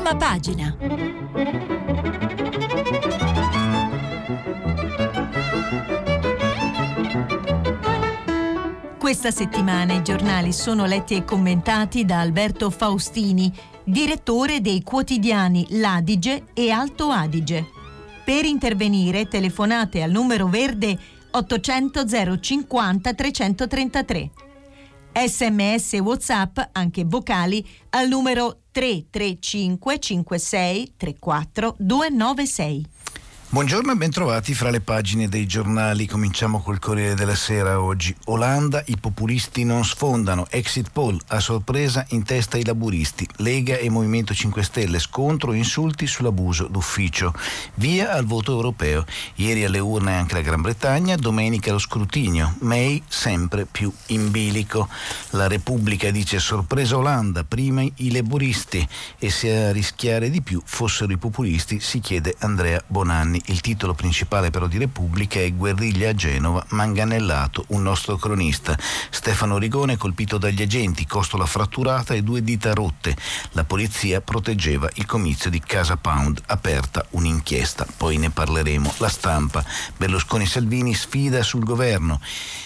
Prima pagina. Questa settimana i giornali sono letti e commentati da Alberto Faustini, direttore dei quotidiani L'Adige e Alto Adige. Per intervenire telefonate al numero verde 800 050 333. SMS e WhatsApp, anche vocali, al numero 335 56 34 296. Buongiorno e bentrovati fra le pagine dei giornali. Cominciamo col Corriere della Sera oggi. Olanda, i populisti non sfondano. Exit poll, a sorpresa in testa i laburisti. Lega e Movimento 5 Stelle, scontro e insulti sull'abuso d'ufficio. Via al voto europeo. Ieri alle urne anche la Gran Bretagna, domenica lo scrutinio. May sempre più in bilico. La Repubblica dice sorpresa Olanda, prima i laburisti, e se a rischiare di più fossero i populisti, si chiede Andrea Bonanni. Il titolo principale però di Repubblica è Guerriglia a Genova, manganellato un nostro cronista. Stefano Rigone colpito dagli agenti, costola fratturata e 2 dita rotte. La polizia proteggeva il comizio di Casa Pound, aperta un'inchiesta. Poi ne parleremo. La Stampa, Berlusconi Salvini sfida sul governo.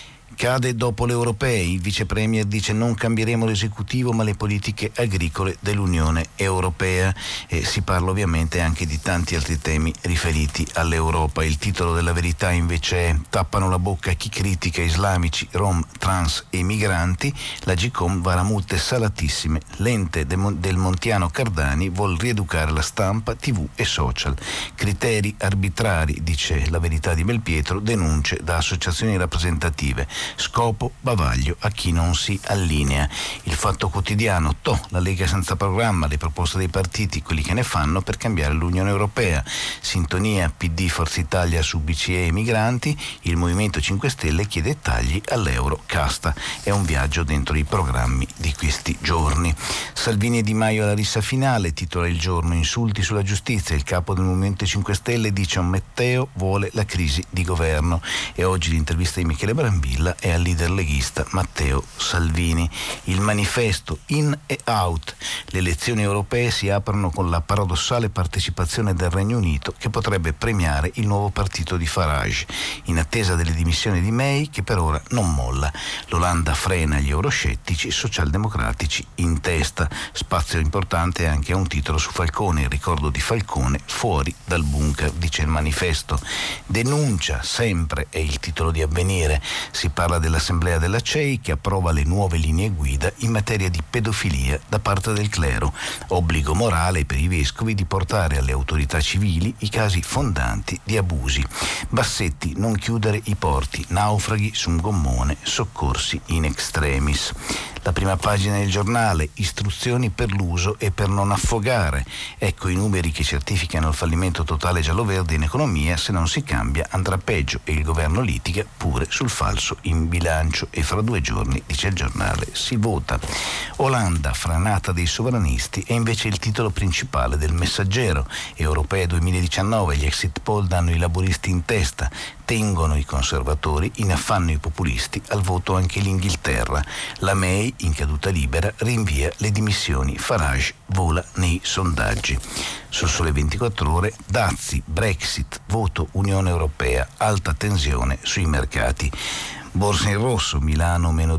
Cade dopo le europee, il vice premier dice non cambieremo l'esecutivo ma le politiche agricole dell'Unione Europea, e si parla ovviamente anche di tanti altri temi riferiti all'Europa. Il titolo della Verità invece è tappano la bocca a chi critica islamici, rom, trans e migranti, la Gcom vara multe salatissime, l'ente del Montiano Cardani vuol rieducare la stampa, tv e social, criteri arbitrari, dice la Verità di Belpietro, denunce da associazioni rappresentative. Scopo bavaglio a chi non si allinea. Il Fatto Quotidiano, la Lega senza programma, le proposte dei partiti, quelli che ne fanno per cambiare l'Unione Europea. Sintonia PD Forza Italia su BCE e migranti, il Movimento 5 Stelle chiede tagli all'euro, casta. È un viaggio dentro i programmi di questi giorni. Salvini e Di Maio alla rissa finale, titola Il Giorno, insulti sulla giustizia, il capo del Movimento 5 Stelle dice Matteo vuole la crisi di governo, e oggi l'intervista di Michele Brambilla è al leader leghista Matteo Salvini. Il Manifesto, in e out. Le elezioni europee si aprono con la paradossale partecipazione del Regno Unito che potrebbe premiare il nuovo partito di Farage, in attesa delle dimissioni di May che per ora non molla. L'Olanda frena gli euroscettici, socialdemocratici in testa. Spazio importante anche a un titolo su Falcone, il ricordo di Falcone fuori dal bunker, dice il Manifesto. Denuncia sempre è il titolo di Avvenire. Si parla dell'Assemblea della CEI che approva le nuove linee guida in materia di pedofilia da parte del clero. Obbligo morale per i vescovi di portare alle autorità civili i casi fondanti di abusi. Bassetti, non chiudere i porti, naufraghi su un gommone, soccorsi in extremis. La prima pagina del giornale, istruzioni per l'uso e per non affogare. Ecco i numeri che certificano il fallimento totale giallo-verde in economia, se non si cambia andrà peggio e il governo litiga pure sul falso in bilancio e fra 2 giorni, dice il giornale, si vota. Olanda, franata dei sovranisti, è invece il titolo principale del Messaggero. Europee 2019, gli exit poll danno i laburisti in testa, tengono i conservatori, in affanno i populisti, al voto anche l'Inghilterra. La May, in caduta libera, rinvia le dimissioni, Farage vola nei sondaggi. Sul Sole 24 Ore, dazi, Brexit, voto Unione Europea, alta tensione sui mercati. Borsa in rosso, Milano meno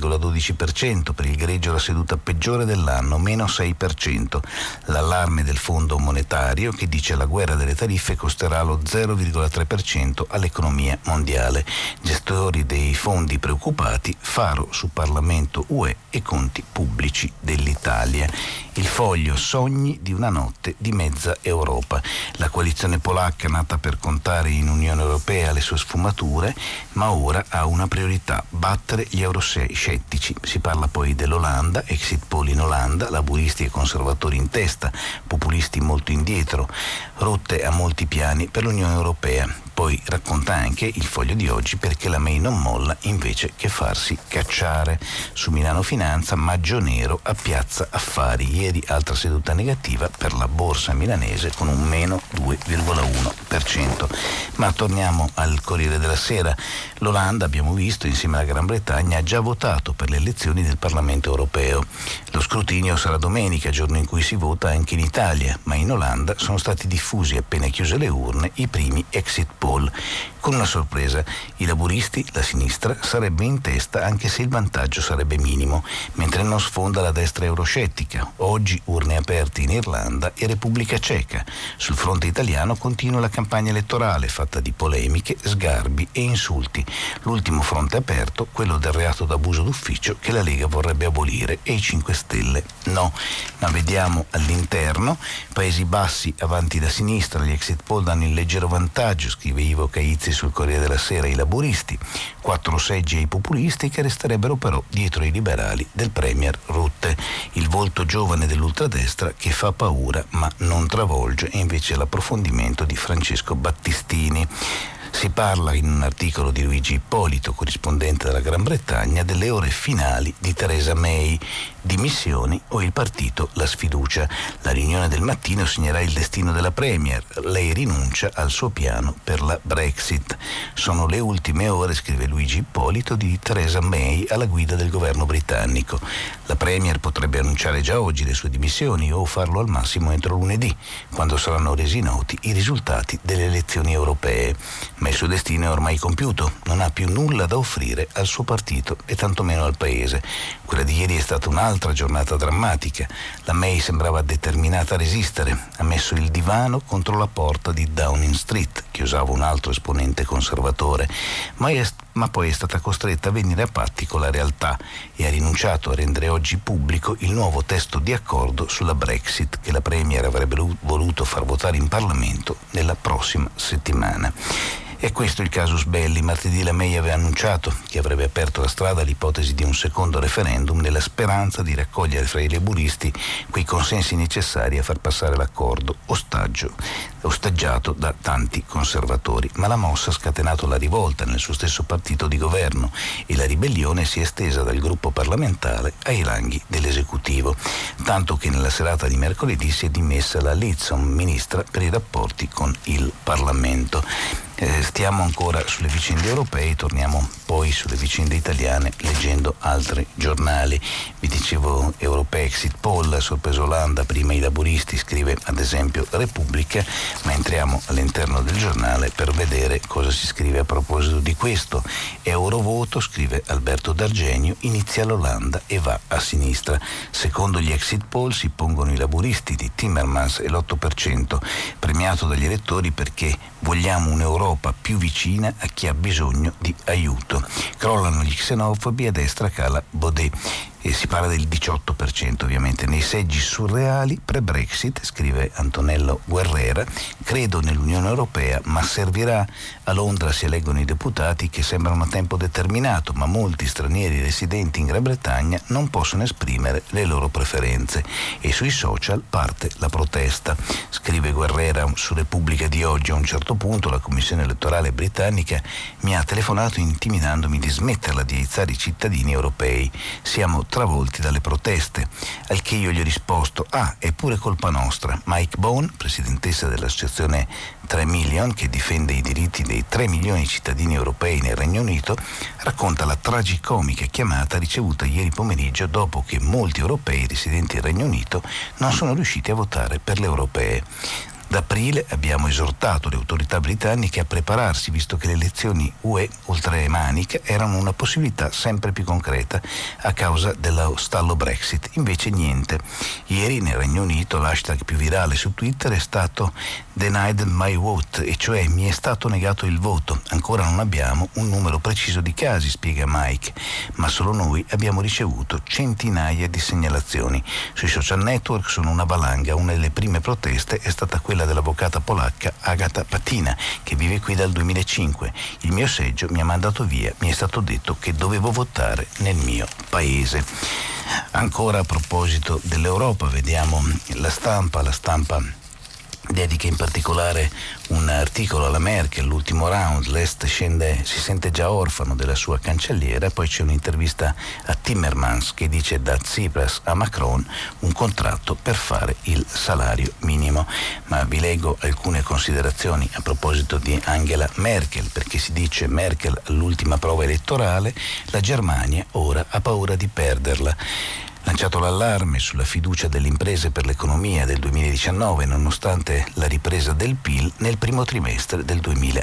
2,12%, per il greggio la seduta peggiore dell'anno, meno 6%. L'allarme del Fondo Monetario che dice la guerra delle tariffe costerà lo 0,3% all'economia mondiale. Gestori dei fondi preoccupati, faro su Parlamento UE e conti pubblici dell'Italia. Il Foglio, sogni di una notte di mezza Europa. La coalizione polacca, nata per contare in Unione Europea le sue sfumature, ma ora ha una priorità: battere gli euroscettici. Si parla poi dell'Olanda, exit poll in Olanda, laburisti e conservatori in testa, populisti molto indietro, rotte a molti piani per l'Unione Europea. Poi racconta anche il Foglio di oggi perché la May non molla invece che farsi cacciare. Su Milano Finanza, maggio nero a Piazza Affari. Ieri altra seduta negativa per la borsa milanese con un meno 2,1%. Ma torniamo al Corriere della Sera. L'Olanda, abbiamo visto, insieme alla Gran Bretagna ha già votato per le elezioni del Parlamento europeo. Lo scrutinio sarà domenica, giorno in cui si vota anche in Italia, ma in Olanda sono stati diffusi, appena chiuse le urne, i primi exit poll. Con una sorpresa, i laburisti, la sinistra, sarebbe in testa anche se il vantaggio sarebbe minimo, mentre non sfonda la destra euroscettica. Oggi urne aperte in Irlanda e Repubblica Ceca. Sul fronte italiano continua la campagna elettorale fatta di polemiche, sgarbi e insulti. L'ultimo fronte aperto, quello del reato d'abuso d'ufficio che la Lega vorrebbe abolire e i 5 Stelle no. Ma vediamo all'interno. Paesi Bassi avanti da sinistra, gli exit poll danno il leggero vantaggio, scrive Ivo Caizzi sul Corriere della Sera, ai laburisti, 4 seggi ai populisti che resterebbero però dietro i liberali del premier Rutte. Il volto giovane dell'ultradestra che fa paura ma non travolge è invece l'approfondimento di Francesco Battistini. Si parla in un articolo di Luigi Ippolito, corrispondente della Gran Bretagna, delle ore finali di Theresa May, dimissioni o il partito la sfiducia. La riunione del mattino segnerà il destino della Premier. Lei rinuncia al suo piano per la Brexit. Sono le ultime ore, scrive Luigi Ippolito, di Theresa May alla guida del governo britannico. La Premier potrebbe annunciare già oggi le sue dimissioni o farlo al massimo entro lunedì, quando saranno resi noti i risultati delle elezioni europee. Ma il suo destino è ormai compiuto, non ha più nulla da offrire al suo partito e tantomeno al paese. Quella di ieri è stata un'altra giornata drammatica. La May sembrava determinata a resistere, ha messo il divano contro la porta di Downing Street, che usava un altro esponente conservatore, ma poi è stata costretta a venire a patti con la realtà e ha rinunciato a rendere oggi pubblico il nuovo testo di accordo sulla Brexit che la Premier avrebbe voluto far votare in Parlamento nella prossima settimana. E questo è il casus belli. Martedì la May aveva annunciato che avrebbe aperto la strada all'ipotesi di un secondo referendum nella speranza di raccogliere fra i laburisti quei consensi necessari a far passare l'accordo osteggiato da tanti conservatori. Ma la mossa ha scatenato la rivolta nel suo stesso partito di governo e la ribellione si è estesa dal gruppo parlamentare ai ranghi dell'esecutivo, tanto che nella serata di mercoledì si è dimessa la Leadsom, ministra per i rapporti con il Parlamento. Stiamo ancora sulle vicende europee, torniamo poi sulle vicende italiane leggendo altri giornali. Vi dicevo Europea Exit Poll, ha sorpreso Olanda, prima i laburisti, scrive ad esempio Repubblica, ma entriamo all'interno del giornale per vedere cosa si scrive a proposito di questo. Eurovoto, scrive Alberto D'Argenio, inizia l'Olanda e va a sinistra. Secondo gli exit poll si pongono i laburisti di Timmermans e l'8%, premiato dagli elettori perché vogliamo un'Europa più vicina a chi ha bisogno di aiuto. Crollano gli xenofobi, a destra cala Baudet. E si parla del 18% ovviamente. Nei seggi surreali pre-Brexit, scrive Antonello Guerrera, credo nell'Unione Europea, ma servirà. A Londra si eleggono i deputati che sembrano a tempo determinato, ma molti stranieri residenti in Gran Bretagna non possono esprimere le loro preferenze e sui social parte la protesta. Scrive Guerrera su Repubblica di oggi: a un certo punto la Commissione elettorale britannica mi ha telefonato intimidandomi di smetterla di aizzare i cittadini europei. Siamo travolti dalle proteste, al che io gli ho risposto: è pure colpa nostra. Mike Bone, presidentessa dell'associazione 3 Million, che difende i diritti dei 3 milioni di cittadini europei nel Regno Unito, racconta la tragicomica chiamata ricevuta ieri pomeriggio dopo che molti europei residenti nel Regno Unito non sono riusciti a votare per le europee. Da aprile abbiamo esortato le autorità britanniche a prepararsi, visto che le elezioni UE oltremanica erano una possibilità sempre più concreta a causa dello stallo Brexit. Invece niente. Ieri nel Regno Unito l'hashtag più virale su Twitter è stato "Denied my vote", e cioè mi è stato negato il voto. Ancora non abbiamo un numero preciso di casi, spiega Mike, ma solo noi abbiamo ricevuto centinaia di segnalazioni. Sui social network sono una valanga. Una delle prime proteste è stata quella dell'avvocata polacca Agata Patina, che vive qui dal 2005. Il mio seggio mi ha mandato via, mi è stato detto che dovevo votare nel mio paese. Ancora a proposito dell'Europa, vediamo la stampa dedica in particolare un articolo alla Merkel, l'ultimo round, l'Est si sente già orfano della sua cancelliera. Poi c'è un'intervista a Timmermans che dice: da Tsipras a Macron un contratto per fare il salario minimo. Ma vi leggo alcune considerazioni a proposito di Angela Merkel, perché si dice: Merkel all'ultima prova elettorale, la Germania ora ha paura di perderla. lanciato l'allarme sulla fiducia delle imprese per l'economia del 2019, nonostante la ripresa del PIL nel primo trimestre del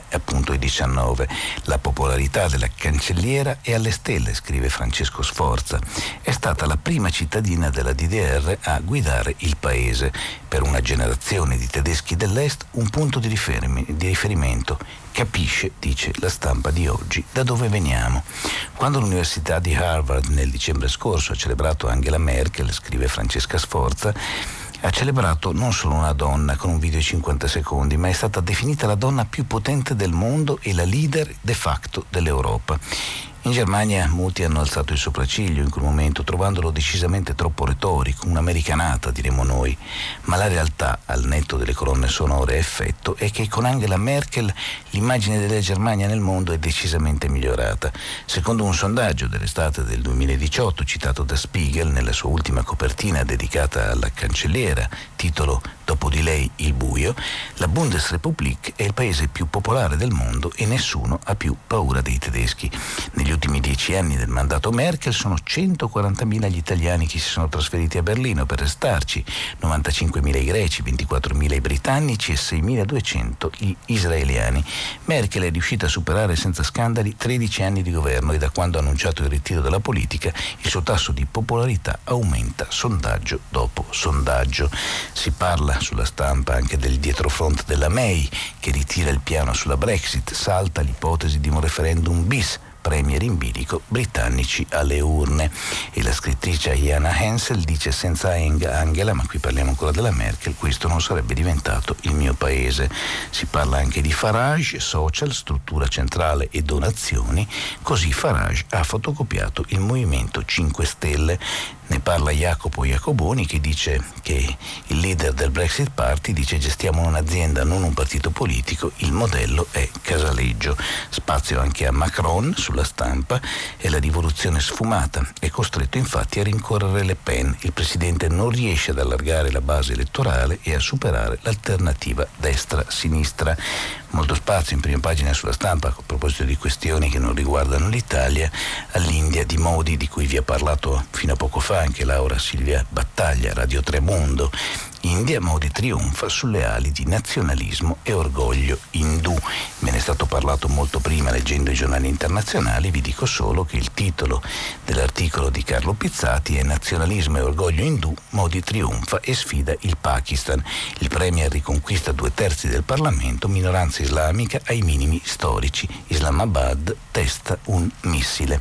2019. La popolarità della cancelliera è alle stelle, scrive Francesco Sforza. È stata la prima cittadina della DDR a guidare il paese. Per una generazione di tedeschi dell'Est un punto di riferimento. Capisce, dice La Stampa di oggi, da dove veniamo. Quando l'Università di Harvard nel dicembre scorso ha celebrato Angela Merkel, scrive Francesca Sforza, ha celebrato non solo una donna con un video di 50 secondi, ma è stata definita la donna più potente del mondo e la leader de facto dell'Europa. In Germania molti hanno alzato il sopracciglio in quel momento, trovandolo decisamente troppo retorico, un'americanata diremmo noi, ma la realtà, al netto delle colonne sonore a effetto, è che con Angela Merkel l'immagine della Germania nel mondo è decisamente migliorata. Secondo un sondaggio dell'estate del 2018 citato da Spiegel nella sua ultima copertina dedicata alla cancelliera, titolo "Dopo di lei il buio", la Bundesrepublik è il paese più popolare del mondo e nessuno ha più paura dei tedeschi. Negli ultimi 10 anni del mandato Merkel sono 140.000 gli italiani che si sono trasferiti a Berlino per restarci, 95.000 i greci, 24.000 i britannici e 6.200 gli israeliani. Merkel è riuscita a superare senza scandali 13 anni di governo e da quando ha annunciato il ritiro dalla politica il suo tasso di popolarità aumenta sondaggio dopo sondaggio. Si parla sulla Stampa anche del dietrofront della May che ritira il piano sulla Brexit, salta l'ipotesi di un referendum bis, premier in bilico, britannici alle urne. E la scrittrice Jana Hensel dice: senza Angela, ma qui parliamo ancora della Merkel, questo non sarebbe diventato il mio paese. Si parla anche di Farage, social, struttura centrale e donazioni. Così Farage ha fotocopiato il Movimento 5 Stelle. Ne parla Jacopo Iacoboni che dice che il leader del Brexit Party dice: gestiamo un'azienda, non un partito politico, il modello è Casaleggio. Spazio anche a Macron sulla Stampa, è la rivoluzione sfumata, è costretto infatti a rincorrere Le Pen, il presidente non riesce ad allargare la base elettorale e a superare l'alternativa destra-sinistra. Molto spazio in prima pagina sulla Stampa a proposito di questioni che non riguardano l'Italia, all'India di Modi di cui vi ha parlato fino a poco fa anche Laura Silvia Battaglia, Radio Tremondo. India, Modi trionfa sulle ali di nazionalismo e orgoglio indù. Me ne è stato parlato molto prima leggendo i giornali internazionali, vi dico solo che il titolo dell'articolo di Carlo Pizzati è "Nazionalismo e orgoglio indù, Modi trionfa e sfida il Pakistan. Il premier riconquista 2/3 del Parlamento, minoranza islamica ai minimi storici. Islamabad testa un missile".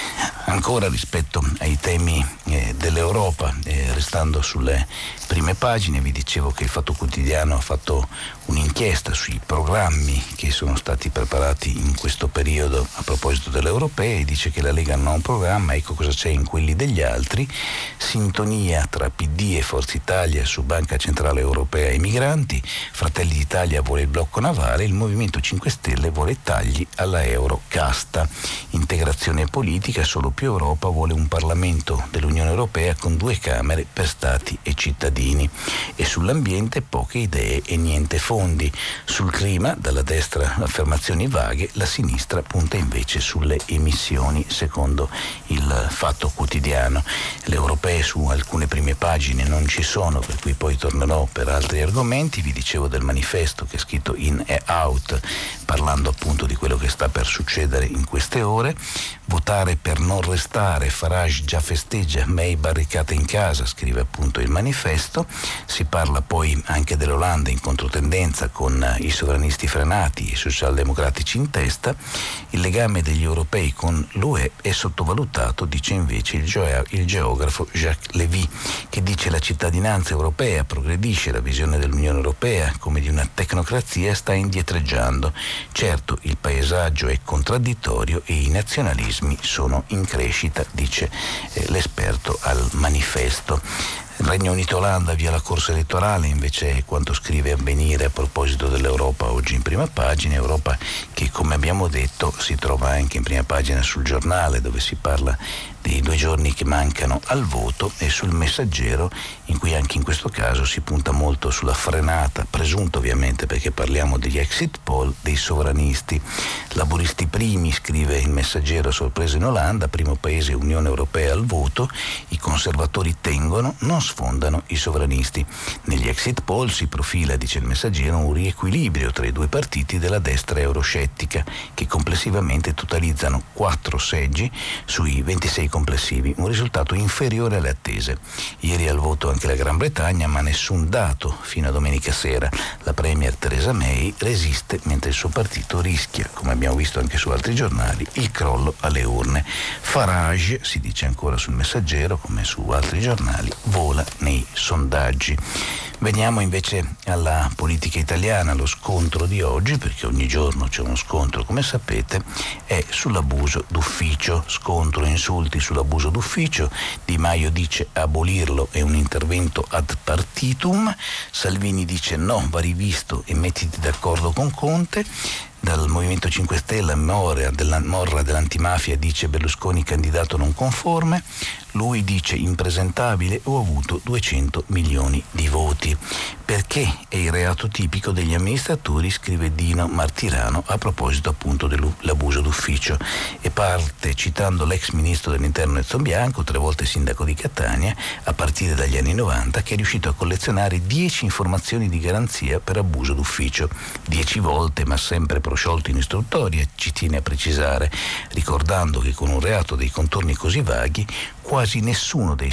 Ancora rispetto ai temi dell'Europa, restando sulle prime pagine, vi dicevo che il Fatto Quotidiano ha fatto un'inchiesta sui programmi che sono stati preparati in questo periodo a proposito delle europee e dice che la Lega non ha un programma. Ecco cosa c'è in quelli degli altri: sintonia tra PD e Forza Italia su Banca Centrale Europea e migranti, Fratelli d'Italia vuole il blocco navale, il Movimento 5 Stelle vuole tagli alla Eurocasta, integrazione politica, solo più Europa, vuole un Parlamento dell'Unione Europea con 2 camere per Stati e cittadini, e sull'ambiente poche idee e niente fondi. Sul clima, dalla destra affermazioni vaghe, la sinistra punta invece sulle emissioni, secondo il Fatto Quotidiano. Le europee su alcune prime pagine non ci sono, per cui poi tornerò per altri argomenti. Vi dicevo del manifesto che è scritto in e out, parlando appunto di quello che sta per succedere in queste ore. Votare per non restare, Farage già festeggia, May barricata in casa, scrive appunto il manifesto. Si parla poi anche dell'Olanda in controtendenza con i sovranisti frenati, i socialdemocratici in testa. Il legame degli europei con l'UE è sottovalutato, dice invece il geografo Jacques Lévy, che dice: la cittadinanza europea progredisce, la visione dell'Unione Europea come di una tecnocrazia sta indietreggiando. Certo, il paesaggio è contraddittorio e i nazionalismi sono in crescita, dice l'esperto al manifesto. Regno Unito-Olanda via la corsa elettorale, invece è quanto scrive Avvenire a proposito dell'Europa oggi in prima pagina. Europa che, come abbiamo detto, si trova anche in prima pagina sul Giornale, dove si parla dei 2 giorni che mancano al voto, e sul Messaggero, in cui anche in questo caso si punta molto sulla frenata, presunta ovviamente perché parliamo degli exit poll, dei sovranisti. Laburisti primi, scrive il Messaggero, sorpresa in Olanda, primo paese Unione Europea al voto, i conservatori tengono, non sfondano i sovranisti. Negli exit poll si profila, dice il Messaggero, un riequilibrio tra i 2 partiti della destra euroscettica, che complessivamente totalizzano 4 seggi sui 26 complessivi, un risultato inferiore alle attese. Ieri al voto anche la Gran Bretagna, ma nessun dato fino a domenica sera. La premier Theresa May resiste mentre il suo partito rischia, come abbiamo visto anche su altri giornali, il crollo alle urne. Farage, si dice ancora sul Messaggero come su altri giornali, vola nei sondaggi. Veniamo invece alla politica italiana. Lo scontro di oggi, perché ogni giorno c'è uno scontro come sapete, è sull'abuso d'ufficio. Scontro, insulti sull'abuso d'ufficio. Di Maio dice abolirlo è un intervento ad partitum. Salvini dice no, va rivisto e mettiti d'accordo con Conte. Dal Movimento 5 Stelle, Morra dell'antimafia dice Berlusconi candidato non conforme. Lui dice impresentabile, ho avuto 200 milioni di voti. Perché è il reato tipico degli amministratori, scrive Dino Martirano a proposito appunto dell'abuso d'ufficio, e parte citando l'ex ministro dell'interno Ezzo Bianco, 3 volte sindaco di Catania a partire dagli anni 90, che è riuscito a collezionare 10 informazioni di garanzia per abuso d'ufficio. 10 volte, ma sempre prosciolto in istruttoria, ci tiene a precisare, ricordando che con un reato dei contorni così vaghi quasi nessuno dei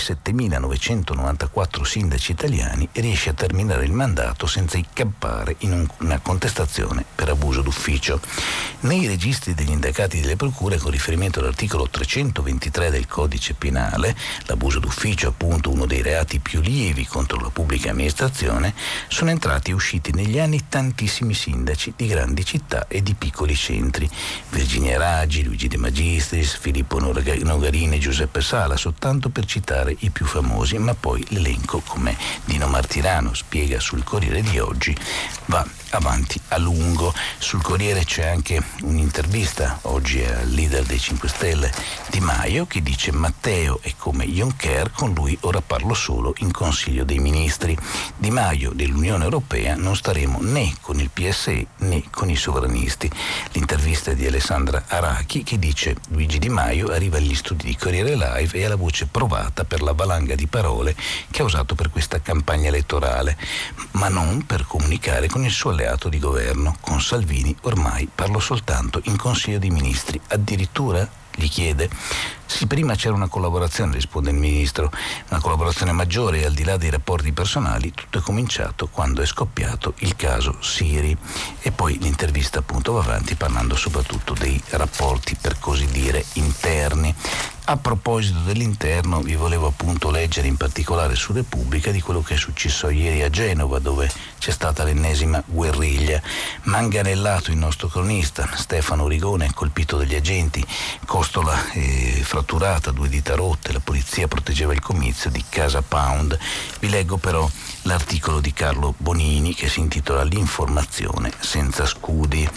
7.994 sindaci italiani riesce a terminare il mandato senza incappare in una contestazione per abuso d'ufficio. Nei registri degli indagati delle procure, con riferimento all'articolo 323 del Codice Penale, l'abuso d'ufficio, appunto uno dei reati più lievi contro la pubblica amministrazione, sono entrati e usciti negli anni tantissimi sindaci di grandi città e di piccoli centri: Virginia Raggi, Luigi De Magistris, Filippo Nogarini e Giuseppe Sala, soltanto per citare i più famosi, ma poi l'elenco, come Dino Martirano spiega sul Corriere di oggi, va avanti a lungo. Sul Corriere c'è anche un'intervista oggi al leader dei 5 Stelle Di Maio, che dice Matteo è come Juncker, con lui ora parlo solo in Consiglio dei Ministri. Di Maio dell'Unione Europea non staremo né con il PSE né con i sovranisti. L'intervista è di Alessandra Arachi, che dice Luigi Di Maio arriva agli studi di Corriere Live e ha la voce provata per la valanga di parole che ha usato per questa campagna elettorale, ma non per comunicare con il suo alleato di governo. Con Salvini ormai parlo soltanto in Consiglio dei Ministri. Addirittura gli chiede. Sì, prima c'era una collaborazione, risponde il ministro, una collaborazione maggiore, e al di là dei rapporti personali tutto è cominciato quando è scoppiato il caso Siri. E poi l'intervista appunto va avanti parlando soprattutto dei rapporti, per così dire, interni. A proposito dell'interno, vi volevo appunto leggere in particolare su Repubblica di quello che è successo ieri a Genova, dove c'è stata l'ennesima guerriglia. Manganellato il nostro cronista Stefano Origone, colpito dagli agenti, costola fratturata, 2 dita rotte, la polizia proteggeva il comizio di Casa Pound. Vi leggo però l'articolo di Carlo Bonini che si intitola L'informazione senza scudi.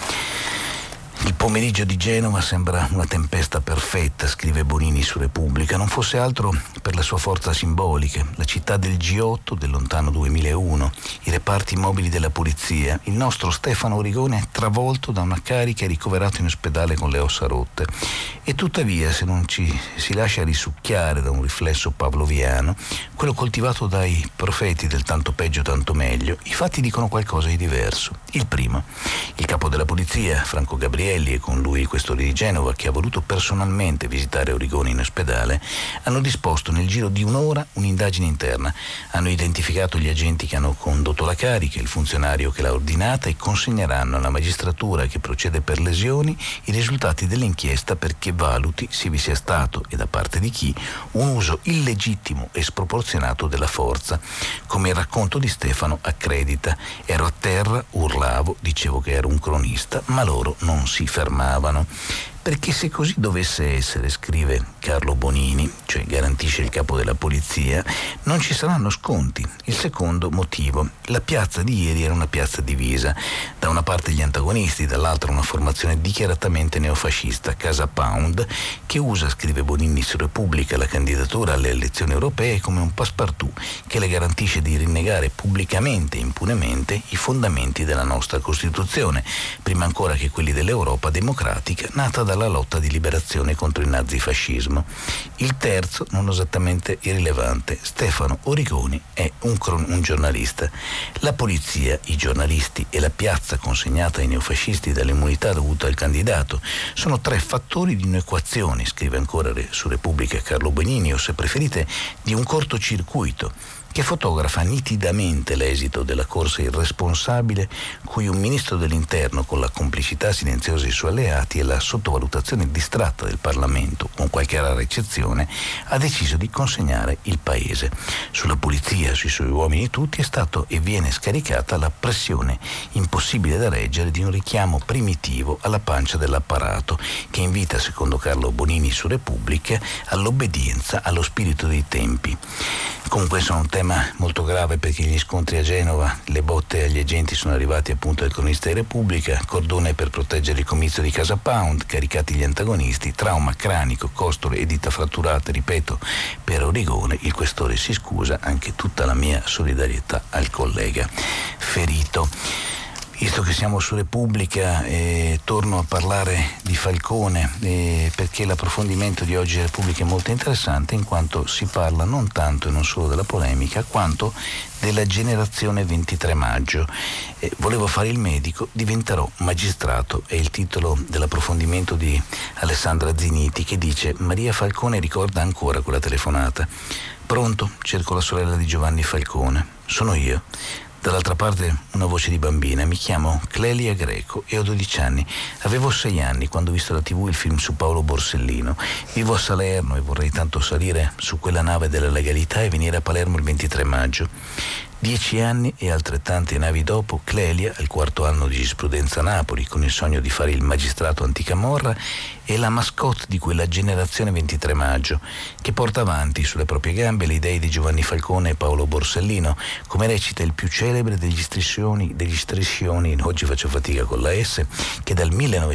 Il pomeriggio di Genova sembra una tempesta perfetta, scrive Bonini su Repubblica, non fosse altro per la sua forza simbolica, la città del G8 del lontano 2001, i reparti mobili della polizia, il nostro Stefano Origone travolto da una carica e ricoverato in ospedale con le ossa rotte. E tuttavia, se non ci si lascia risucchiare da un riflesso pavloviano, quello coltivato dai profeti del tanto peggio tanto meglio, i fatti dicono qualcosa di diverso. Il primo, il capo della polizia, Franco Gabrielli, e con lui il questore di Genova, che ha voluto personalmente visitare Origone in ospedale, hanno disposto nel giro di un'ora un'indagine interna. Hanno identificato gli agenti che hanno condotto la carica, il funzionario che l'ha ordinata, e consegneranno alla magistratura che procede per lesioni i risultati dell'inchiesta perché valuti se vi sia stato, e da parte di chi, un uso illegittimo e sproporzionato della forza. Come il racconto di Stefano accredita: ero a terra, urlavo, dicevo che ero un cronista, ma loro non si fermavano. perché se così dovesse essere, scrive Carlo Bonini, cioè garantisce il capo della polizia, non ci saranno sconti. Il secondo motivo: la piazza di ieri era una piazza divisa, da una parte gli antagonisti, dall'altra una formazione dichiaratamente neofascista, Casa Pound, che usa, scrive Bonini su Repubblica, la candidatura alle elezioni europee come un passepartout che le garantisce di rinnegare pubblicamente e impunemente i fondamenti della nostra Costituzione, prima ancora che quelli dell'Europa democratica nata dalla lotta di liberazione contro il nazifascismo. Il terzo, non esattamente irrilevante: Stefano Origoni è un giornalista. La polizia, i giornalisti e la piazza consegnata ai neofascisti dall'immunità dovuta al candidato sono tre fattori di un'equazione, scrive ancora su Repubblica Carlo Bonini, o se preferite di un cortocircuito che fotografa nitidamente l'esito della corsa irresponsabile cui un ministro dell'interno, con la complicità silenziosa dei suoi alleati e la sottovalutazione distratta del Parlamento, con qualche rara eccezione, ha deciso di consegnare il paese. Sulla polizia, sui suoi uomini tutti, è stato e viene scaricata la pressione impossibile da reggere di un richiamo primitivo alla pancia dell'apparato, che invita, secondo Carlo Bonini su Repubblica, all'obbedienza allo spirito dei tempi. Comunque sono un tema molto grave, perché gli scontri a Genova, le botte agli agenti sono arrivati appunto dal cronista di Repubblica, cordone per proteggere il comizio di Casa Pound, caricati gli antagonisti, trauma cranico, costole e dita fratturate, ripeto, per Origone. Il questore si scusa, anche tutta la mia solidarietà al collega ferito. Visto che siamo su Repubblica, torno a parlare di Falcone, perché l'approfondimento di oggi di Repubblica è molto interessante, in quanto si parla non tanto e non solo della polemica, quanto della generazione 23 maggio. Volevo fare il medico, diventerò magistrato, è il titolo dell'approfondimento di Alessandra Ziniti, che dice: Maria Falcone ricorda ancora quella telefonata. Pronto? Cerco la sorella di Giovanni Falcone. Sono io. Dall'altra parte una voce di bambina: mi chiamo Clelia Greco e ho 12 anni. Avevo 6 anni quando ho visto la TV il film su Paolo Borsellino. Vivo a Salerno e vorrei tanto salire su quella nave della legalità e venire a Palermo il 23 maggio. 10 anni e altrettante navi dopo, Clelia, al 4º anno di giurisprudenza a Napoli, con il sogno di fare il magistrato anticamorra, è la mascotte di quella generazione 23 maggio, che porta avanti sulle proprie gambe le idee di Giovanni Falcone e Paolo Borsellino, come recita il più celebre degli striscioni, oggi faccio fatica con la S, che dal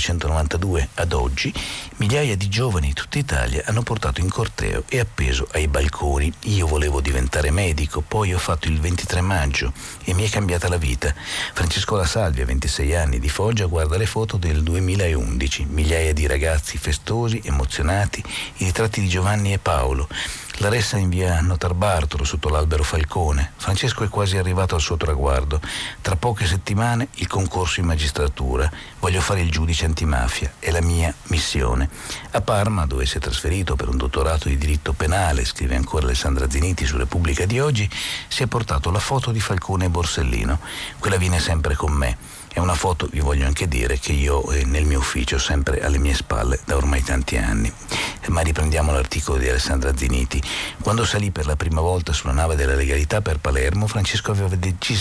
1992 ad oggi migliaia di giovani di tutta Italia hanno portato in corteo e appeso ai balconi. Io volevo diventare medico, poi ho fatto il 23 maggio e mi è cambiata la vita. Francesco La Salvia, 26 anni, di Foggia, guarda le foto del 2011, migliaia di ragazzi festosi, emozionati, i ritratti di Giovanni e Paolo. La ressa in via Notar Bartolo sotto l'albero Falcone. Francesco è quasi arrivato al suo traguardo. Tra poche settimane il concorso in magistratura. Voglio fare il giudice antimafia, è la mia missione. A Parma, dove si è trasferito per un dottorato di diritto penale, scrive ancora Alessandra Ziniti su Repubblica di oggi, si è portato la foto di Falcone e Borsellino. Quella viene sempre con me. È una foto, vi voglio anche dire, che io nel mio ufficio sempre alle mie spalle da ormai tanti anni. Ma riprendiamo l'articolo di Alessandra Ziniti. Quando salì per la prima volta sulla nave della legalità per Palermo, Francesco aveva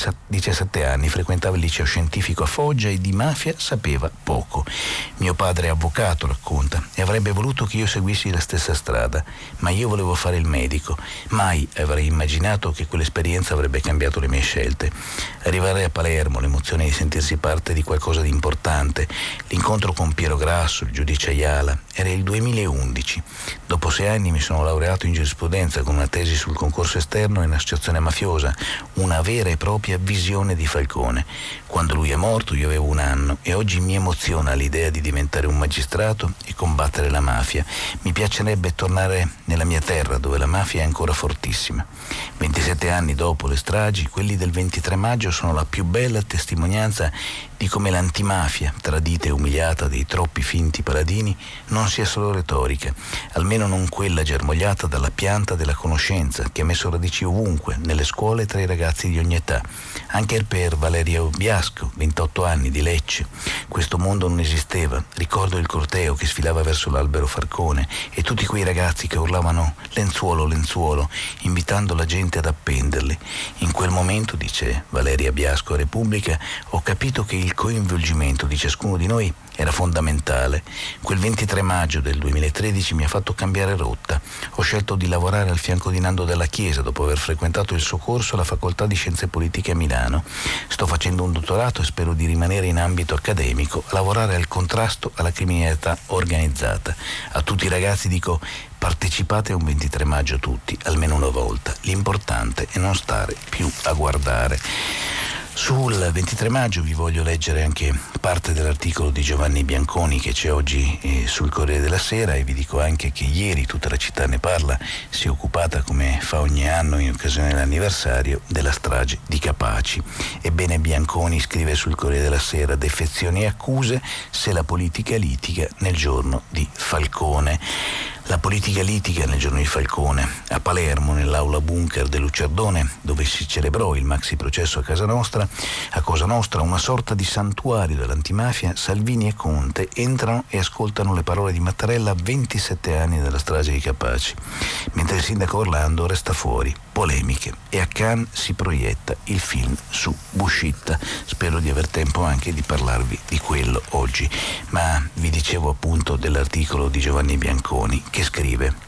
17 anni, frequentava il liceo scientifico a Foggia e di mafia sapeva poco. Mio padre è avvocato, racconta, e avrebbe voluto che io seguissi la stessa strada, ma io volevo fare il medico. Mai avrei immaginato che quell'esperienza avrebbe cambiato le mie scelte. Arrivare a Palermo, l'emozione di sentirsi parte di qualcosa di importante, l'incontro con Piero Grasso, il giudice Ayala, era il 2011. Dopo 6 anni mi sono laureato in giurisprudenza con una tesi sul concorso esterno in associazione mafiosa, una vera e propria visione di Falcone. Quando lui è morto io avevo 1 anno e oggi mi emoziona l'idea di diventare un magistrato e combattere la mafia. Mi piacerebbe tornare nella mia terra dove la mafia è ancora fortissima. 27 anni dopo le stragi, quelli del 23 maggio sono la più bella testimonianza di come l'antimafia, tradita e umiliata dei troppi finti paladini, non sia solo retorica, almeno non quella germogliata dalla pianta della conoscenza che ha messo radici ovunque, nelle scuole tra i ragazzi di ogni età. Anche per Valerio Biasco, 28 anni, di Lecce. Questo mondo non esisteva. Ricordo il corteo che sfilava verso l'albero Falcone e tutti quei ragazzi che urlavano lenzuolo, lenzuolo, invitando la gente ad appenderli. In quel momento, dice Valeria Biasco a Repubblica, ho capito che il il coinvolgimento di ciascuno di noi era fondamentale. Quel 23 maggio del 2013 mi ha fatto cambiare rotta. Ho scelto di lavorare al fianco di Nando Dalla Chiesa dopo aver frequentato il suo corso alla Facoltà di Scienze Politiche a Milano. Sto facendo un dottorato e spero di rimanere in ambito accademico a lavorare al contrasto alla criminalità organizzata. A tutti i ragazzi dico: partecipate a un 23 maggio tutti, almeno una volta. L'importante è non stare più a guardare. Sul 23 maggio vi voglio leggere anche parte dell'articolo di Giovanni Bianconi che c'è oggi sul Corriere della Sera, e vi dico anche che ieri tutta la città ne parla, si è occupata, come fa ogni anno in occasione dell'anniversario, della strage di Capaci. Ebbene, Bianconi scrive sul Corriere della Sera: defezioni e accuse se la politica litiga nel giorno di Falcone. La politica litiga nel giorno di Falcone. A Palermo, nell'aula bunker del Luciardone, dove si celebrò il maxi processo a Cosa Nostra, una sorta di santuario dell'antimafia, Salvini e Conte entrano e ascoltano le parole di Mattarella a 27 anni dalla strage di Capaci, mentre il sindaco Orlando resta fuori. Polemiche. E a Cannes si proietta il film su Buscitta. Spero di aver tempo anche di parlarvi di quello oggi, ma vi dicevo appunto dell'articolo di Giovanni Bianconi, che scrive: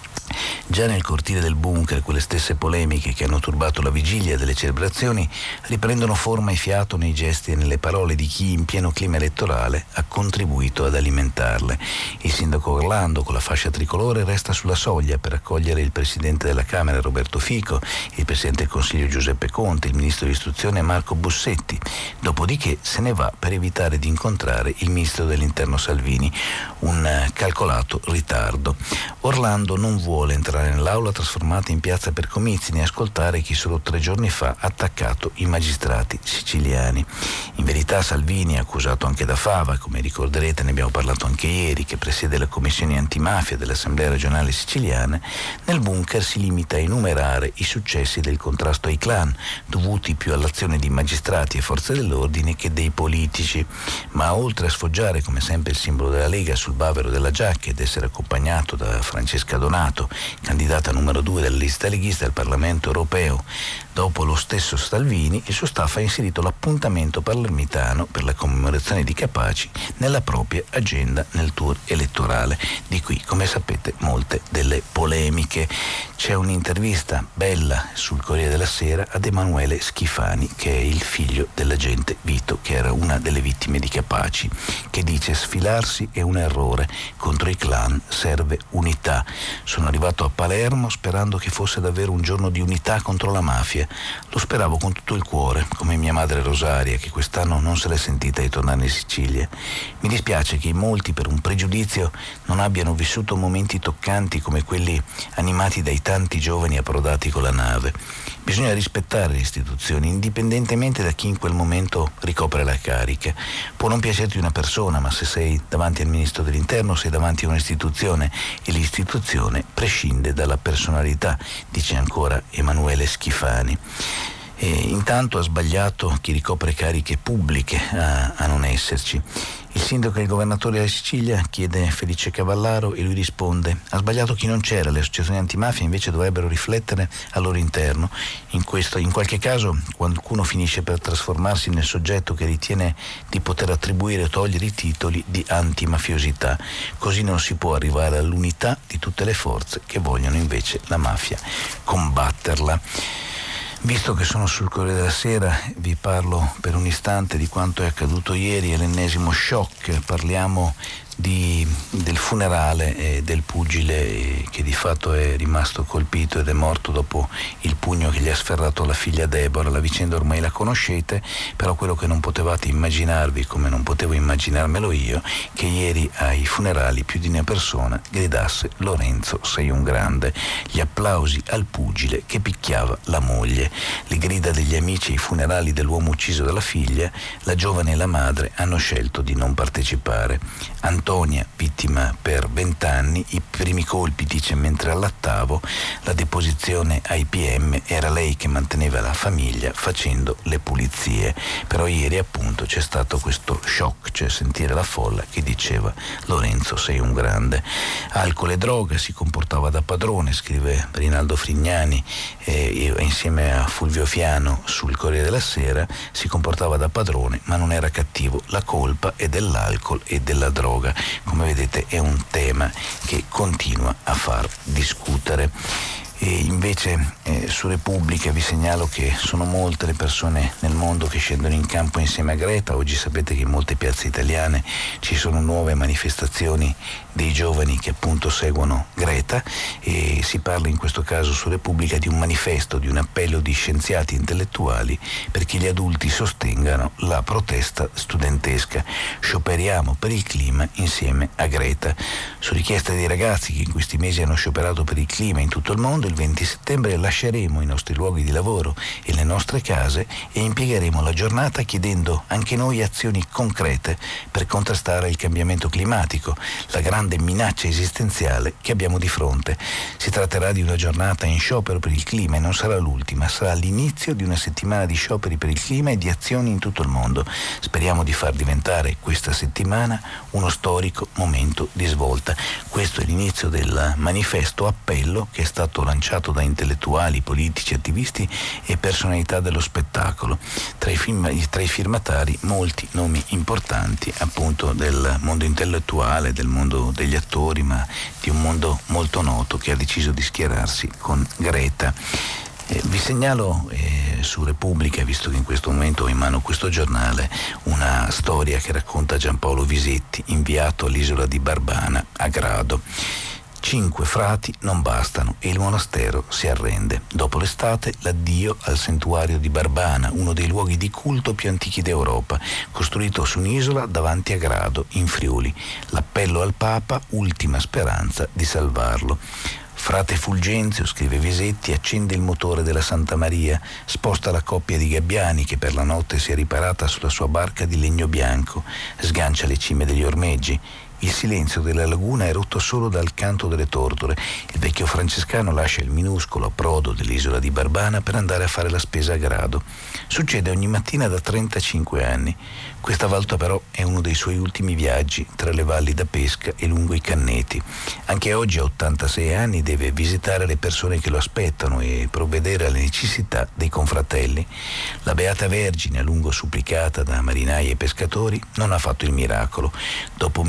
già nel cortile del bunker quelle stesse polemiche che hanno turbato la vigilia delle celebrazioni riprendono forma e fiato nei gesti e nelle parole di chi in pieno clima elettorale ha contribuito ad alimentarle. Il sindaco Orlando con la fascia tricolore resta sulla soglia per accogliere il presidente della Camera Roberto Fico, il presidente del Consiglio Giuseppe Conte, il ministro dell'istruzione Marco Bussetti, dopodiché se ne va per evitare di incontrare il ministro dell'interno Salvini, un calcolato ritardo. Orlando non vuole entrare nell'aula trasformata in piazza per comizi né ascoltare chi solo 3 giorni fa ha attaccato i magistrati siciliani. In verità Salvini, accusato anche da Fava, come ricorderete ne abbiamo parlato anche ieri, che presiede le commissioni antimafia dell'Assemblea regionale siciliana, nel bunker si limita a enumerare i successi del contrasto ai clan, dovuti più all'azione di magistrati e forze dell'ordine che dei politici, ma oltre a sfoggiare come sempre il simbolo della Lega sul bavero della giacca ed essere accompagnato da Francesca Donato, candidata numero 2 della lista leghista al Parlamento europeo. Dopo lo stesso Salvini, il suo staff ha inserito l'appuntamento palermitano per la commemorazione di Capaci nella propria agenda nel tour elettorale. Di qui, come sapete, molte delle polemiche. C'è un'intervista bella sul Corriere della Sera ad Emanuele Schifani, che è il figlio dell'agente Vito, che era una delle vittime di Capaci, che dice: sfilarsi è un errore, contro i clan serve unità. Sono arrivato a Palermo sperando che fosse davvero un giorno di unità contro la mafia. Lo speravo con tutto il cuore, come mia madre Rosaria, che quest'anno non se l'è sentita di tornare in Sicilia. Mi dispiace che in molti, per un pregiudizio, non abbiano vissuto momenti toccanti come quelli animati dai tanti giovani approdati con la nave. Bisogna rispettare le istituzioni, indipendentemente da chi in quel momento ricopre la carica. Può non piacerti una persona, ma se sei davanti al ministro dell'interno sei davanti a un'istituzione, e l'istituzione prescinde dalla personalità, dice ancora Emanuele Schifani. E intanto ha sbagliato chi ricopre cariche pubbliche a non esserci. Il sindaco e il governatore della Sicilia chiede Felice Cavallaro e lui risponde: ha sbagliato chi non c'era, le associazioni antimafia invece dovrebbero riflettere al loro interno. In qualche caso qualcuno finisce per trasformarsi nel soggetto che ritiene di poter attribuire o togliere i titoli di antimafiosità. Così non si può arrivare all'unità di tutte le forze che vogliono invece la mafia combatterla. Visto che sono sul Corriere della Sera, vi parlo per un istante di quanto è accaduto ieri, è l'ennesimo shock. Parliamo del funerale del pugile che di fatto è rimasto colpito ed è morto dopo il pugno che gli ha sferrato la figlia Deborah. La vicenda ormai la conoscete, però quello che non potevate immaginarvi, come non potevo immaginarmelo io, che ieri ai funerali più di una persona gridasse: Lorenzo sei un grande. Gli applausi al pugile che picchiava la moglie, le grida degli amici ai funerali dell'uomo ucciso dalla figlia. La giovane e la madre hanno scelto di non partecipare. Antonia, vittima per 20 anni, i primi colpi, dice, mentre allattavo, la deposizione ai PM era lei che manteneva la famiglia facendo le pulizie. Però ieri appunto c'è stato questo shock, cioè sentire la folla che diceva: Lorenzo, sei un grande. Alcol e droga, si comportava da padrone, scrive Rinaldo Frignani, insieme a Fulvio Fiano sul Corriere della Sera. Si comportava da padrone ma non era cattivo, la colpa è dell'alcol e della droga. Come vedete è un tema che continua a far discutere. E invece su Repubblica vi segnalo che sono molte le persone nel mondo che scendono in campo insieme a Greta. Oggi sapete che in molte piazze italiane ci sono nuove manifestazioni dei giovani che appunto seguono Greta, e si parla in questo caso su Repubblica di un manifesto, di un appello di scienziati intellettuali perché gli adulti sostengano la protesta studentesca. Scioperiamo per il clima insieme a Greta. Su richiesta dei ragazzi che in questi mesi hanno scioperato per il clima in tutto il mondo, il 20 settembre lasceremo i nostri luoghi di lavoro e le nostre case e impiegheremo la giornata chiedendo anche noi azioni concrete per contrastare il cambiamento climatico, la grande minaccia esistenziale che abbiamo di fronte. Si tratterà di una giornata in sciopero per il clima e non sarà l'ultima, sarà l'inizio di una settimana di scioperi per il clima e di azioni in tutto il mondo. Speriamo di far diventare questa settimana uno storico momento di svolta. Questo è l'inizio del manifesto appello che è stato lanciato da intellettuali, politici, attivisti e personalità dello spettacolo. Tra i firmatari molti nomi importanti appunto del mondo intellettuale, del mondo degli attori, ma di un mondo molto noto che ha deciso di schierarsi con Greta. Vi segnalo su Repubblica, visto che in questo momento ho in mano questo giornale, una storia che racconta Giampaolo Visetti, inviato all'isola di Barbana a Grado. 5 frati non bastano e il monastero si arrende. Dopo l'estate, l'addio al santuario di Barbana, uno dei luoghi di culto più antichi d'Europa, costruito su un'isola davanti a Grado, in Friuli. L'appello al Papa, ultima speranza di salvarlo. Frate Fulgenzio, scrive Visetti, accende il motore della Santa Maria, sposta la coppia di gabbiani che per la notte si è riparata sulla sua barca di legno bianco, sgancia le cime degli ormeggi. Il silenzio della laguna è rotto solo dal canto delle tortore. Il vecchio francescano lascia il minuscolo approdo dell'isola di Barbana per andare a fare la spesa a Grado. Succede ogni mattina da 35 anni. Questa volta però è uno dei suoi ultimi viaggi tra le valli da pesca e lungo i canneti. Anche oggi a 86 anni deve visitare le persone che lo aspettano e provvedere alle necessità dei confratelli. La Beata Vergine, a lungo supplicata da marinai e pescatori, non ha fatto il miracolo. Dopo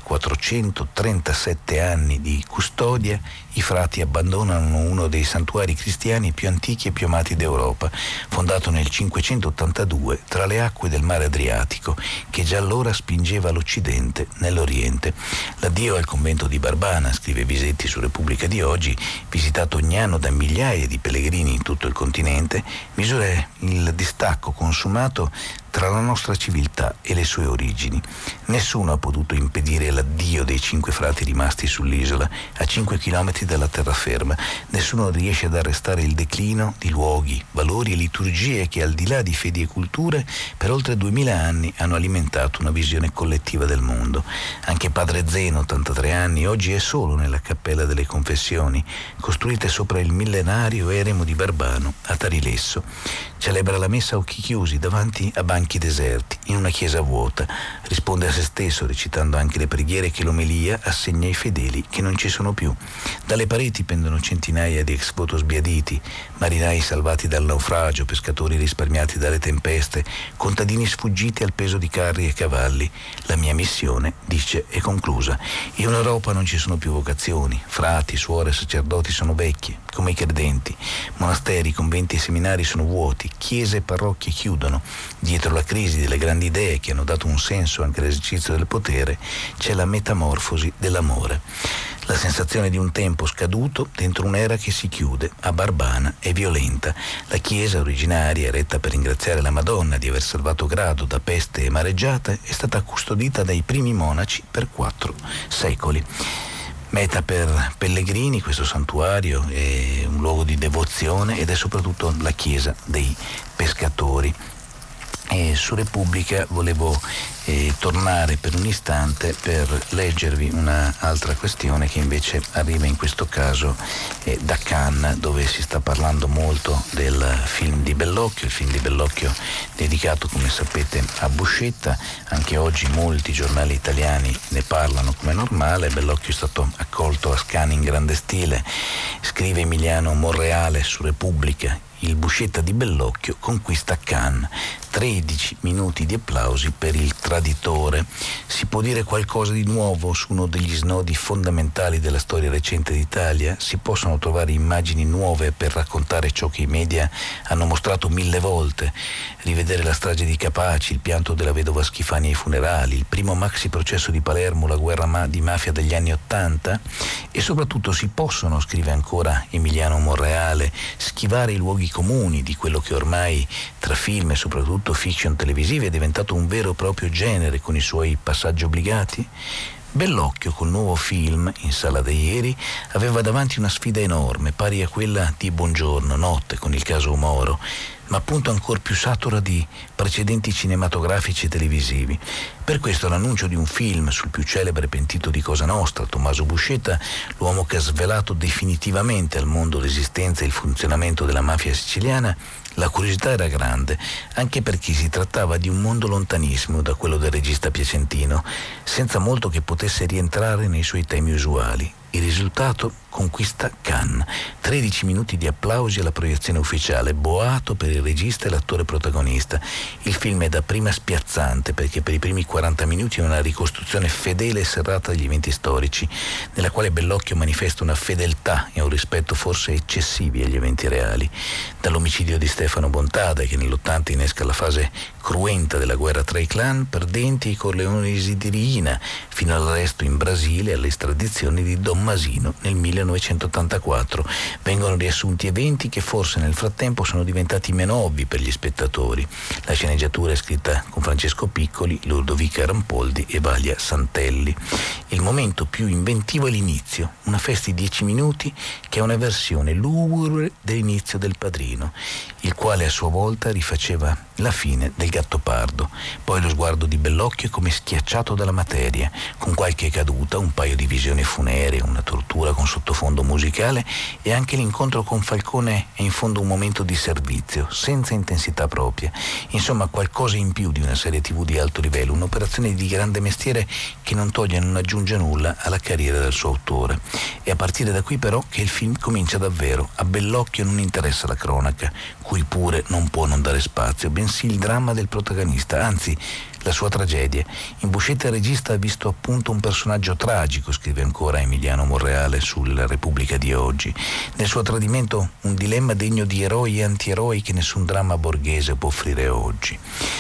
1437 anni di custodia, i frati abbandonano uno dei santuari cristiani più antichi e più amati d'Europa, fondato nel 582 tra le acque del mare Adriatico, che già allora spingeva l'Occidente nell'Oriente. L'addio al convento di Barbana, scrive Visetti su Repubblica di oggi, visitato ogni anno da migliaia di pellegrini in tutto il continente, misura il distacco consumato tra la nostra civiltà e le sue origini. Nessuno ha potuto impedire l'addio dei 5 frati rimasti sull'isola, a 5 chilometri dalla terraferma. Nessuno riesce ad arrestare il declino di luoghi, valori e liturgie che, al di là di fedi e culture, per oltre 2000 anni hanno alimentato una visione collettiva del mondo. Anche Padre Zeno, 83 anni, oggi è solo nella Cappella delle Confessioni, costruita sopra il millenario eremo di Barbano a Tarilesso. Celebra la messa a occhi chiusi davanti a banchi deserti, in una chiesa vuota. Risponde a se stesso recitando anche le preghiere che l'omelia assegna ai fedeli che non ci sono più. Dalle pareti pendono centinaia di ex voto sbiaditi, marinai salvati dal naufragio, pescatori risparmiati dalle tempeste, contadini sfuggiti al peso di carri e cavalli. La mia missione, dice, è conclusa. In Europa non ci sono più vocazioni, frati, suore, sacerdoti sono vecchie, come i credenti. Monasteri, conventi e seminari sono vuoti, chiese e parrocchie chiudono. Dietro la crisi delle grandi idee che hanno dato un senso anche all'esercizio del potere c'è la metamorfosi dell'amore. La sensazione di un tempo scaduto dentro un'era che si chiude. A Barbana è violenta. La chiesa originaria, eretta per ringraziare la Madonna di aver salvato Grado da peste e mareggiate, è stata custodita dai primi monaci per 4 secoli. Meta per pellegrini, questo santuario è un luogo di devozione ed è soprattutto la chiesa dei pescatori. E su Repubblica volevo tornare per un istante per leggervi un'altra questione che invece arriva in questo caso da Cannes, dove si sta parlando molto del film di Bellocchio, il film di Bellocchio dedicato, come sapete, a Buscetta. Anche oggi molti giornali italiani ne parlano come normale. Bellocchio è stato accolto a Cannes in grande stile. Scrive Emiliano Monreale su Repubblica: il Buscetta di Bellocchio conquista Cannes. 13 minuti di applausi per il traditore. Si può dire qualcosa di nuovo su uno degli snodi fondamentali della storia recente d'Italia? Si possono trovare immagini nuove per raccontare ciò che i media hanno mostrato 1000 volte? Rivedere la strage di Capaci, il pianto della vedova Schifani ai funerali, il primo maxi processo di Palermo, la guerra di mafia degli anni '80? E soprattutto si possono, scrive ancora Emiliano Monreale, schivare i luoghi comuni di quello che ormai tra film e soprattutto fiction televisivi è diventato un vero e proprio genere con i suoi passaggi obbligati? Bellocchio, col nuovo film in sala da ieri, aveva davanti una sfida enorme, pari a quella di Buongiorno, Notte, con il caso Moro, ma appunto ancor più satura di precedenti cinematografici e televisivi. Per questo l'annuncio di un film sul più celebre pentito di Cosa Nostra, Tommaso Buscetta, l'uomo che ha svelato definitivamente al mondo l'esistenza e il funzionamento della mafia siciliana, la curiosità era grande, anche perché si trattava di un mondo lontanissimo da quello del regista piacentino, senza molto che potesse rientrare nei suoi temi usuali. Il risultato? Conquista Cannes. 13 minuti di applausi alla proiezione ufficiale, boato per il regista e l'attore protagonista. Il film è dapprima spiazzante perché per i primi 40 minuti è una ricostruzione fedele e serrata degli eventi storici, nella quale Bellocchio manifesta una fedeltà e un rispetto forse eccessivi agli eventi reali. Dall'omicidio di Stefano Bontada, che nell'80 innesca la fase cruenta della guerra tra i clan perdenti e i corleonesi di Riina, fino all'arresto in Brasile e all'estradizione di Don Masino nel 1984. Vengono riassunti eventi che forse nel frattempo sono diventati meno ovvi per gli spettatori. La sceneggiatura è scritta con Francesco Piccoli, Ludovica Rampoldi e Valia Santelli. Il momento più inventivo è l'inizio, una festa di 10 minuti che è una versione lugubre dell'inizio del Padrino, il quale a sua volta rifaceva la fine del Gattopardo. Poi lo sguardo di Bellocchio è come schiacciato dalla materia, con qualche caduta, un paio di visioni funeree, una tortura con sottofondo musicale, e anche l'incontro con Falcone è in fondo un momento di servizio, senza intensità propria. Insomma, qualcosa in più di una serie TV di alto livello, un'operazione di grande mestiere che non toglie e non aggiunge nulla alla carriera del suo autore. È a partire da qui però che il film comincia davvero. A Bellocchio non interessa la cronaca, cui pure non può non dare spazio, bensì il dramma del protagonista, anzi la sua tragedia. In Buscetta il regista ha visto appunto un personaggio tragico, scrive ancora Emiliano Monreale sulla Repubblica di oggi. Nel suo tradimento un dilemma degno di eroi e antieroi che nessun dramma borghese può offrire oggi.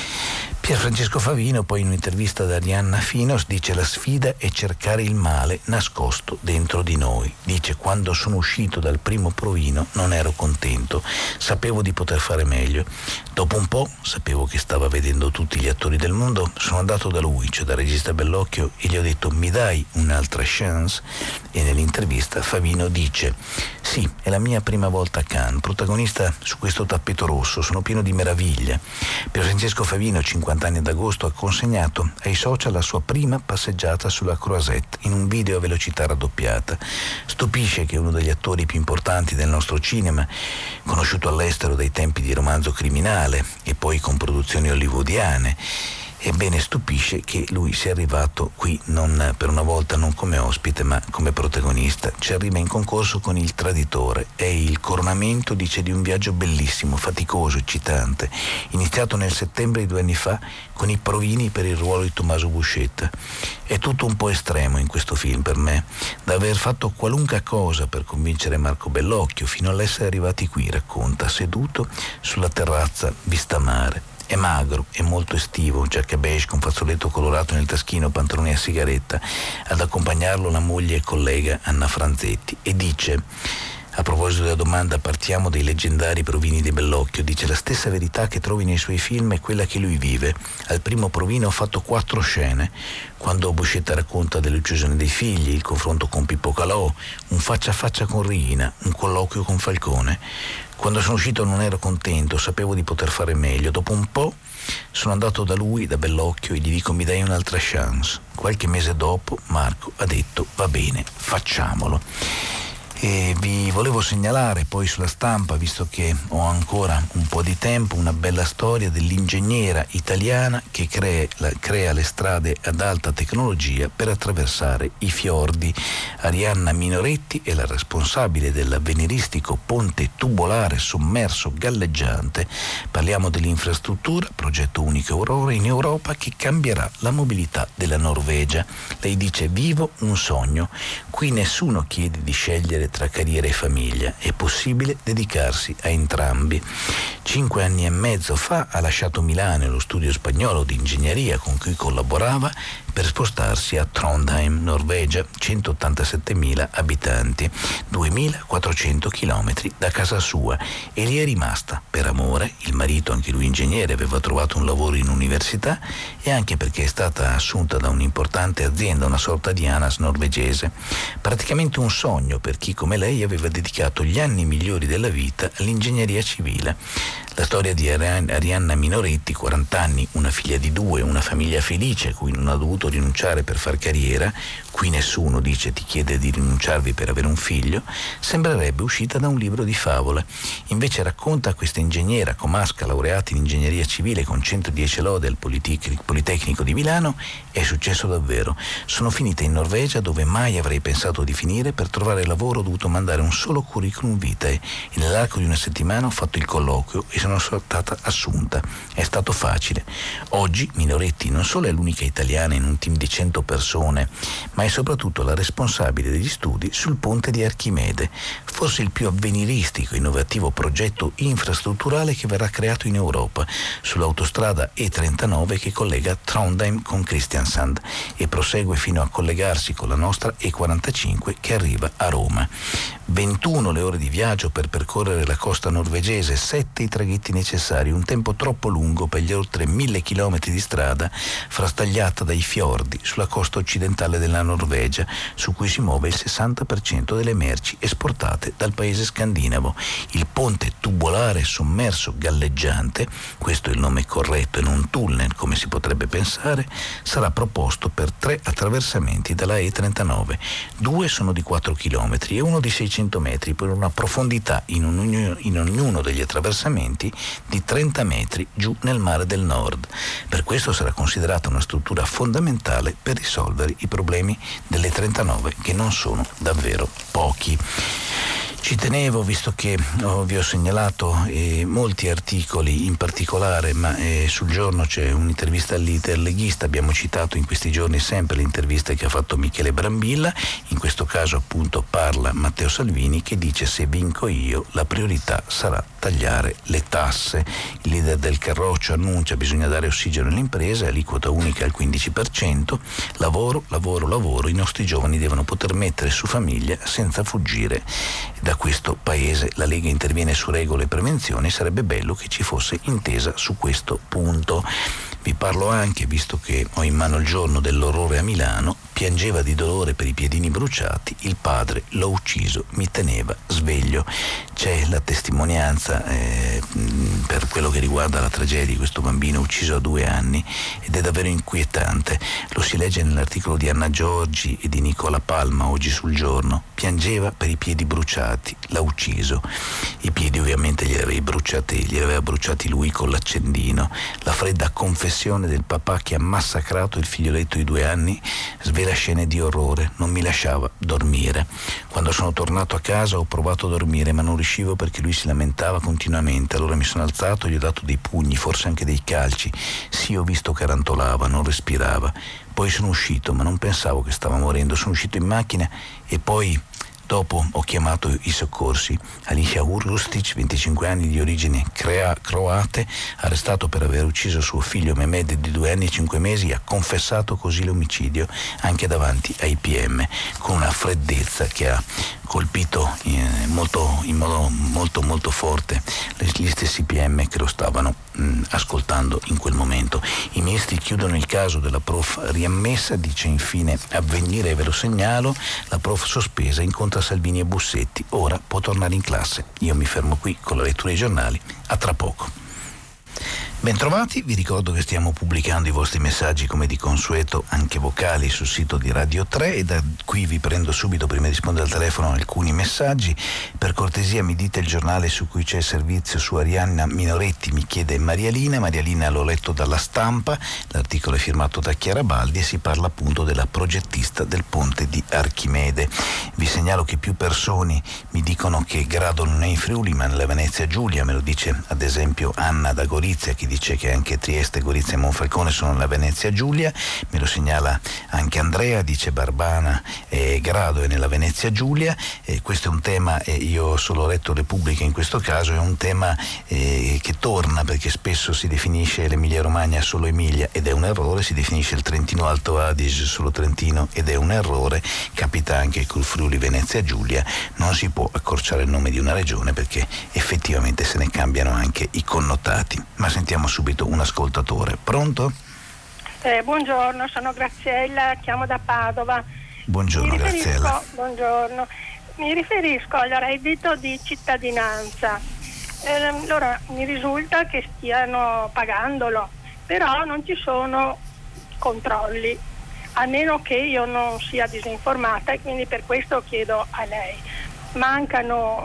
Pier Francesco Favino poi in un'intervista ad Arianna Finos dice: la sfida è cercare il male nascosto dentro di noi. Dice: quando sono uscito dal primo provino non ero contento, sapevo di poter fare meglio. Dopo un po' sapevo che stava vedendo tutti gli attori del mondo, sono andato da lui, cioè dal regista Bellocchio, e gli ho detto: mi dai un'altra chance? E nell'intervista Favino dice: sì, è la mia prima volta a Cannes, protagonista su questo tappeto rosso, sono pieno di meraviglia. Pier Francesco Favino, 50 anni ad agosto, ha consegnato ai social la sua prima passeggiata sulla Croisette in un video a velocità raddoppiata. Stupisce che uno degli attori più importanti del nostro cinema, conosciuto all'estero dai tempi di Romanzo Criminale e poi con produzioni hollywoodiane, ebbene stupisce che lui sia arrivato qui non per una volta non come ospite ma come protagonista. Ci arriva in concorso con Il Traditore. È il coronamento, dice, di un viaggio bellissimo, faticoso, eccitante, iniziato nel settembre di 2 anni fa con i provini per il ruolo di Tommaso Buscetta. È tutto un po' estremo in questo film per me, da aver fatto qualunque cosa per convincere Marco Bellocchio fino all'essere arrivati qui, racconta, seduto sulla terrazza vista mare. È magro, è molto estivo, giacca beige con fazzoletto colorato nel taschino, pantaloni a sigaretta. Ad accompagnarlo la moglie e collega Anna Franzetti. E dice, a proposito della domanda, partiamo dai leggendari provini di Bellocchio, dice: la stessa verità che trovi nei suoi film è quella che lui vive. Al primo provino ho fatto 4 scene, quando Buscetta racconta dell'uccisione dei figli, il confronto con Pippo Calò, un faccia a faccia con Riina, un colloquio con Falcone. Quando sono uscito non ero contento, sapevo di poter fare meglio. Dopo un po' sono andato da lui, da Bellocchio, e gli dico: mi dai un'altra chance. Qualche mese dopo Marco ha detto: va bene, facciamolo. E vi volevo segnalare poi sulla stampa, visto che ho ancora un po' di tempo, una bella storia dell'ingegnera italiana che crea le strade ad alta tecnologia per attraversare i fiordi. Arianna Minoretti è la responsabile dell'avveniristico ponte tubolare sommerso galleggiante. Parliamo dell'infrastruttura, progetto unico in Europa, che cambierà la mobilità della Norvegia. Lei dice: vivo un sogno, qui nessuno chiede di scegliere tra carriera e famiglia, è possibile dedicarsi a entrambi. 5 anni e mezzo fa ha lasciato Milano e lo studio spagnolo di ingegneria con cui collaborava per spostarsi a Trondheim, Norvegia, 187.000 abitanti, 2.400 chilometri da casa sua, e lì è rimasta per amore. Il marito, anche lui ingegnere, aveva trovato un lavoro in università, e anche perché è stata assunta da un'importante azienda, una sorta di ANAS norvegese. Praticamente un sogno per chi come lei aveva dedicato gli anni migliori della vita all'ingegneria civile. La storia di Arianna Minoretti, 40 anni, una figlia di 2, una famiglia felice a cui non ha dovuto rinunciare per far carriera. Qui nessuno, dice, ti chiede di rinunciarvi per avere un figlio. Sembrerebbe uscita da un libro di favole. Invece racconta questa ingegnera comasca, laureata in ingegneria civile con 110 lode al Politecnico di Milano, è successo davvero. Sono finita in Norvegia, dove mai avrei pensato di finire. Per trovare lavoro ho dovuto mandare un solo curriculum vitae e nell'arco di una settimana ho fatto il colloquio e sono stata assunta. È stato facile. Oggi Minoretti non solo è l'unica italiana in un team di 100 persone, ma è soprattutto la responsabile degli studi sul ponte di Archimede, forse il più avveniristico e innovativo progetto infrastrutturale che verrà creato in Europa, sull'autostrada E39 che collega Trondheim con Kristiansand e prosegue fino a collegarsi con la nostra E45 che arriva a Roma. 21 le ore di viaggio per percorrere la costa norvegese, 7 i traghetti necessari, un tempo troppo lungo per gli oltre 1000 chilometri di strada frastagliata dai fiordi sulla costa occidentale della Norvegia, su cui si muove il 60% delle merci esportate dal paese scandinavo. Il ponte tubolare sommerso galleggiante, questo è il nome corretto e non tunnel come si potrebbe pensare, sarà proposto per 3 attraversamenti dalla E39. 2 sono di 4 km e uno di 600 metri, per una profondità in ognuno degli attraversamenti di 30 metri giù nel mare del Nord. Per questo sarà considerata una struttura fondamentale per risolvere i problemi delle 39, che non sono davvero pochi. Ci tenevo, visto che vi ho segnalato molti articoli, in particolare, ma sul Giorno c'è un'intervista al leader leghista. Abbiamo citato in questi giorni sempre l'intervista che ha fatto Michele Brambilla. In questo caso appunto parla Matteo Salvini, che dice: se vinco io la priorità sarà tagliare le tasse. Il leader del Carroccio annuncia: bisogna dare ossigeno alle imprese, aliquota unica al 15%, lavoro, lavoro, lavoro, i nostri giovani devono poter mettere su famiglia senza fuggire da questo paese. La Lega interviene su regole e prevenzione, sarebbe bello che ci fosse intesa su questo punto. Vi parlo anche, visto che ho in mano il Giorno, dell'orrore a Milano. Piangeva di dolore per i piedini bruciati, il padre l'ho ucciso, mi teneva sveglio. C'è la testimonianza per quello che riguarda la tragedia di questo bambino ucciso a 2 anni, ed è davvero inquietante. Lo si legge nell'articolo di Anna Giorgi e di Nicola Palma oggi sul Giorno. Piangeva per i piedi bruciati, l'ha ucciso. I piedi ovviamente li aveva bruciati lui con l'accendino. La fredda confessione del papà che ha massacrato il figlioletto di 2 anni svela scene di orrore. Non mi lasciava dormire. Quando sono tornato a casa ho provato a dormire, ma non riuscivo perché lui si lamentava continuamente. Allora mi sono alzato e gli ho dato dei pugni, forse anche dei calci. Sì, ho visto che rantolava, non respirava. Poi sono uscito, ma non pensavo che stava morendo. Sono uscito in macchina e poi dopo ho chiamato i soccorsi. Alicia Urustic, 25 anni, di origini croate, arrestato per aver ucciso suo figlio Mehmed di 2 anni e 5 mesi, ha confessato così l'omicidio anche davanti ai PM, con una freddezza che ha colpito in modo molto forte gli stessi PM che lo stavano ascoltando in quel momento. I ministri chiudono il caso della prof riammessa, dice infine Avvenire, ve lo segnalo. La prof sospesa incontra tra Salvini e Bussetti. Ora può tornare in classe. Io mi fermo qui con la lettura dei giornali. A tra poco. Bentrovati, vi ricordo che stiamo pubblicando i vostri messaggi come di consueto, anche vocali, sul sito di Radio 3 e da qui vi prendo subito, prima di rispondere al telefono, alcuni messaggi. Per cortesia mi dite il giornale su cui c'è il servizio su Arianna Minoretti, mi chiede Marialina. Marialina l'ho letto dalla Stampa, l'articolo è firmato da Chiara Baldi e si parla appunto della progettista del ponte di Archimede. Vi segnalo che più persone mi dicono che Grado non è in Friuli ma nella Venezia Giulia, me lo dice ad esempio Anna da Gorizia, che dice che anche Trieste, Gorizia e Monfalcone sono nella Venezia Giulia, me lo segnala anche Andrea, dice Barbana Grado è nella Venezia Giulia. Questo è un tema, io ho solo letto Repubblica in questo caso, è un tema che torna perché spesso si definisce l'Emilia Romagna solo Emilia ed è un errore, si definisce il Trentino Alto Adige solo Trentino ed è un errore, capita anche col Friuli Venezia Giulia, non si può accorciare il nome di una regione perché effettivamente se ne cambiano anche i connotati. Ma sentiamo subito un ascoltatore. Pronto? Buongiorno, sono Graziella, chiamo da Padova. Buongiorno Graziella. Buongiorno. Mi riferisco al reddito di cittadinanza. Allora, mi risulta che stiano pagandolo, però non ci sono controlli, a meno che io non sia disinformata, e quindi per questo chiedo a lei. Mancano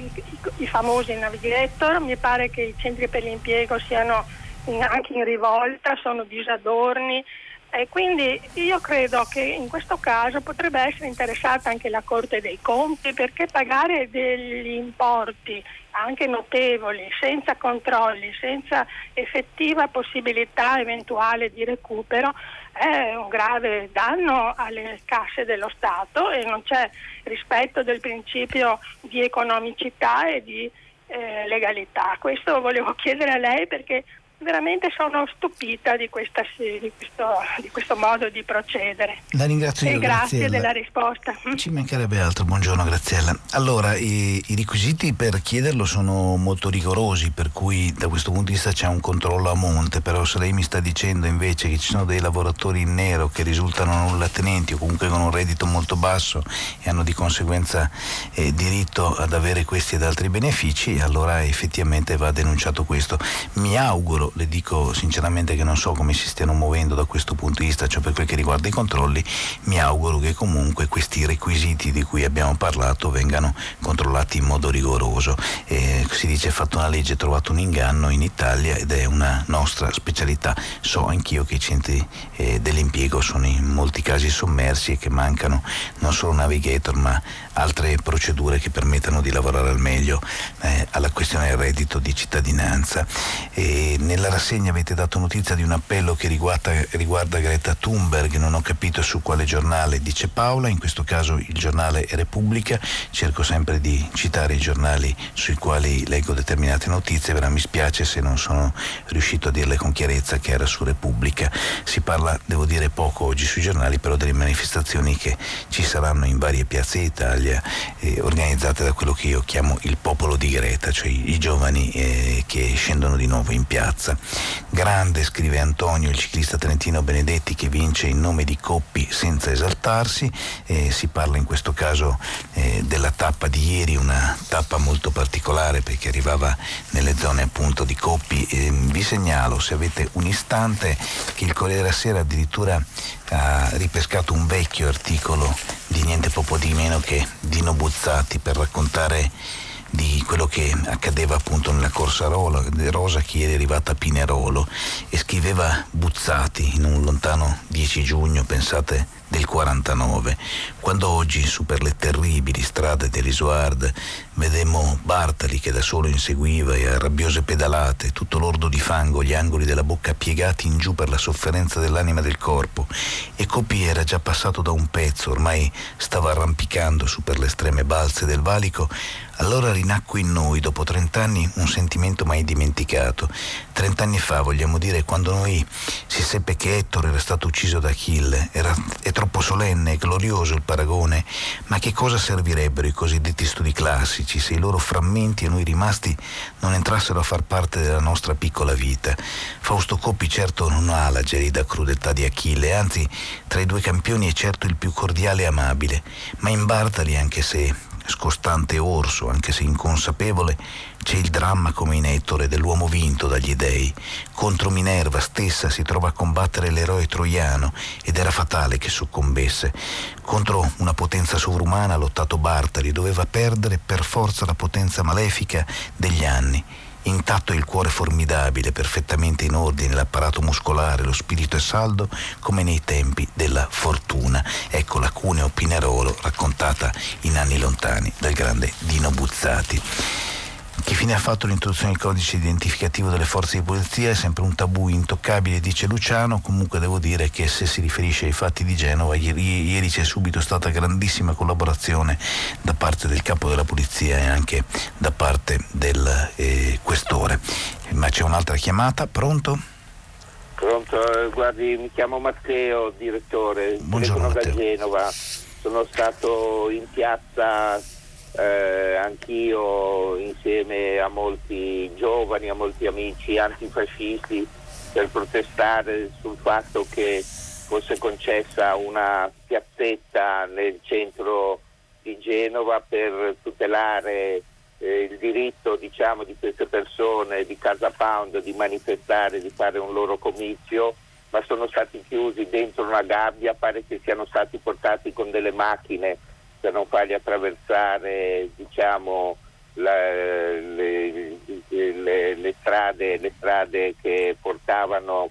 i famosi navigator, mi pare che i centri per l'impiego siano anche in rivolta, sono disadorni, e quindi io credo che in questo caso potrebbe essere interessata anche la Corte dei Conti, perché pagare degli importi anche notevoli, senza controlli, senza effettiva possibilità eventuale di recupero, è un grave danno alle casse dello Stato e non c'è rispetto del principio di economicità e di legalità. Questo volevo chiedere a lei perché veramente sono stupita di questo modo di procedere. La ringrazio io, grazie Graziella. Della risposta. Ci mancherebbe altro. Buongiorno Graziella. Allora, i requisiti per chiederlo sono molto rigorosi, per cui da questo punto di vista c'è un controllo a monte, però se lei mi sta dicendo invece che ci sono dei lavoratori in nero che risultano nullatenenti o comunque con un reddito molto basso e hanno di conseguenza diritto ad avere questi ed altri benefici, allora effettivamente va denunciato questo. Mi auguro, le dico sinceramente che non so come si stiano muovendo da questo punto di vista, cioè per quel che riguarda i controlli, mi auguro che comunque questi requisiti di cui abbiamo parlato vengano controllati in modo rigoroso. Si dice fatto una legge, trovato un inganno in Italia ed è una nostra specialità. So anch'io che i centri dell'impiego sono in molti casi sommersi e che mancano non solo navigator ma altre procedure che permettano di lavorare al meglio alla questione del reddito di cittadinanza. Nella rassegna avete dato notizia di un appello che riguarda Greta Thunberg, non ho capito su quale giornale, dice Paola, in questo caso il giornale è Repubblica, cerco sempre di citare i giornali sui quali leggo determinate notizie, però mi spiace se non sono riuscito a dirle con chiarezza che era su Repubblica. Si parla, devo dire, poco oggi sui giornali, però delle manifestazioni che ci saranno in varie piazze d'Italia organizzate da quello che io chiamo il popolo di Greta, cioè i giovani che scendono di nuovo in piazza. Grande, scrive Antonio, il ciclista trentino Benedetti che vince in nome di Coppi senza esaltarsi. Si parla in questo caso della tappa di ieri, una tappa molto particolare perché arrivava nelle zone appunto di Coppi. Vi segnalo, se avete un istante, che il Corriere della Sera addirittura ha ripescato un vecchio articolo di niente poco di meno che Dino Buzzati per raccontare di quello che accadeva appunto nella corsa rosa che ieri è arrivata a Pinerolo, e scriveva Buzzati in un lontano 10 giugno, pensate, del 49, quando oggi su per le terribili strade dell'Isoard vedemmo Bartali che da solo inseguiva e a rabbiose pedalate, tutto l'ordo di fango, gli angoli della bocca piegati in giù per la sofferenza dell'anima e del corpo, e Coppi era già passato da un pezzo, ormai stava arrampicando su per le estreme balze del valico. Allora rinacque in noi, dopo 30 anni, un sentimento mai dimenticato. 30 anni fa, vogliamo dire, quando noi si seppe che Ettore era stato ucciso da Achille, è troppo troppo solenne e glorioso il paragone, ma che cosa servirebbero i cosiddetti studi classici se i loro frammenti a noi rimasti non entrassero a far parte della nostra piccola vita? Fausto Coppi certo non ha la gelida crudeltà di Achille, anzi tra i due campioni è certo il più cordiale e amabile, ma in Bartali, anche se scostante orso, anche se inconsapevole, c'è il dramma come in Ettore dell'uomo vinto dagli dei. Contro Minerva stessa si trova a combattere l'eroe troiano ed era fatale che soccombesse. Contro una potenza sovrumana lottato Bartali, doveva perdere per forza la potenza malefica degli anni. Intatto il cuore formidabile, perfettamente in ordine, l'apparato muscolare, lo spirito è saldo come nei tempi della fortuna. Ecco la Cuneo Pinerolo raccontata in anni lontani dal grande Dino Buzzati. Che fine ha fatto l'introduzione del codice identificativo delle forze di polizia? È sempre un tabù intoccabile, dice Luciano. Comunque devo dire che se si riferisce ai fatti di Genova, ieri c'è subito stata grandissima collaborazione da parte del capo della polizia e anche da parte del questore. Ma c'è un'altra chiamata, pronto? Pronto, guardi, mi chiamo Matteo, direttore. Buongiorno Matteo. Da Genova, sono stato in piazza anch'io insieme a molti giovani, a molti amici antifascisti per protestare sul fatto che fosse concessa una piazzetta nel centro di Genova per tutelare il diritto, diciamo, di queste persone di Casa Pound di manifestare, di fare un loro comizio, ma sono stati chiusi dentro una gabbia. Pare che siano stati portati con delle macchine per non farli attraversare, diciamo, le strade che portavano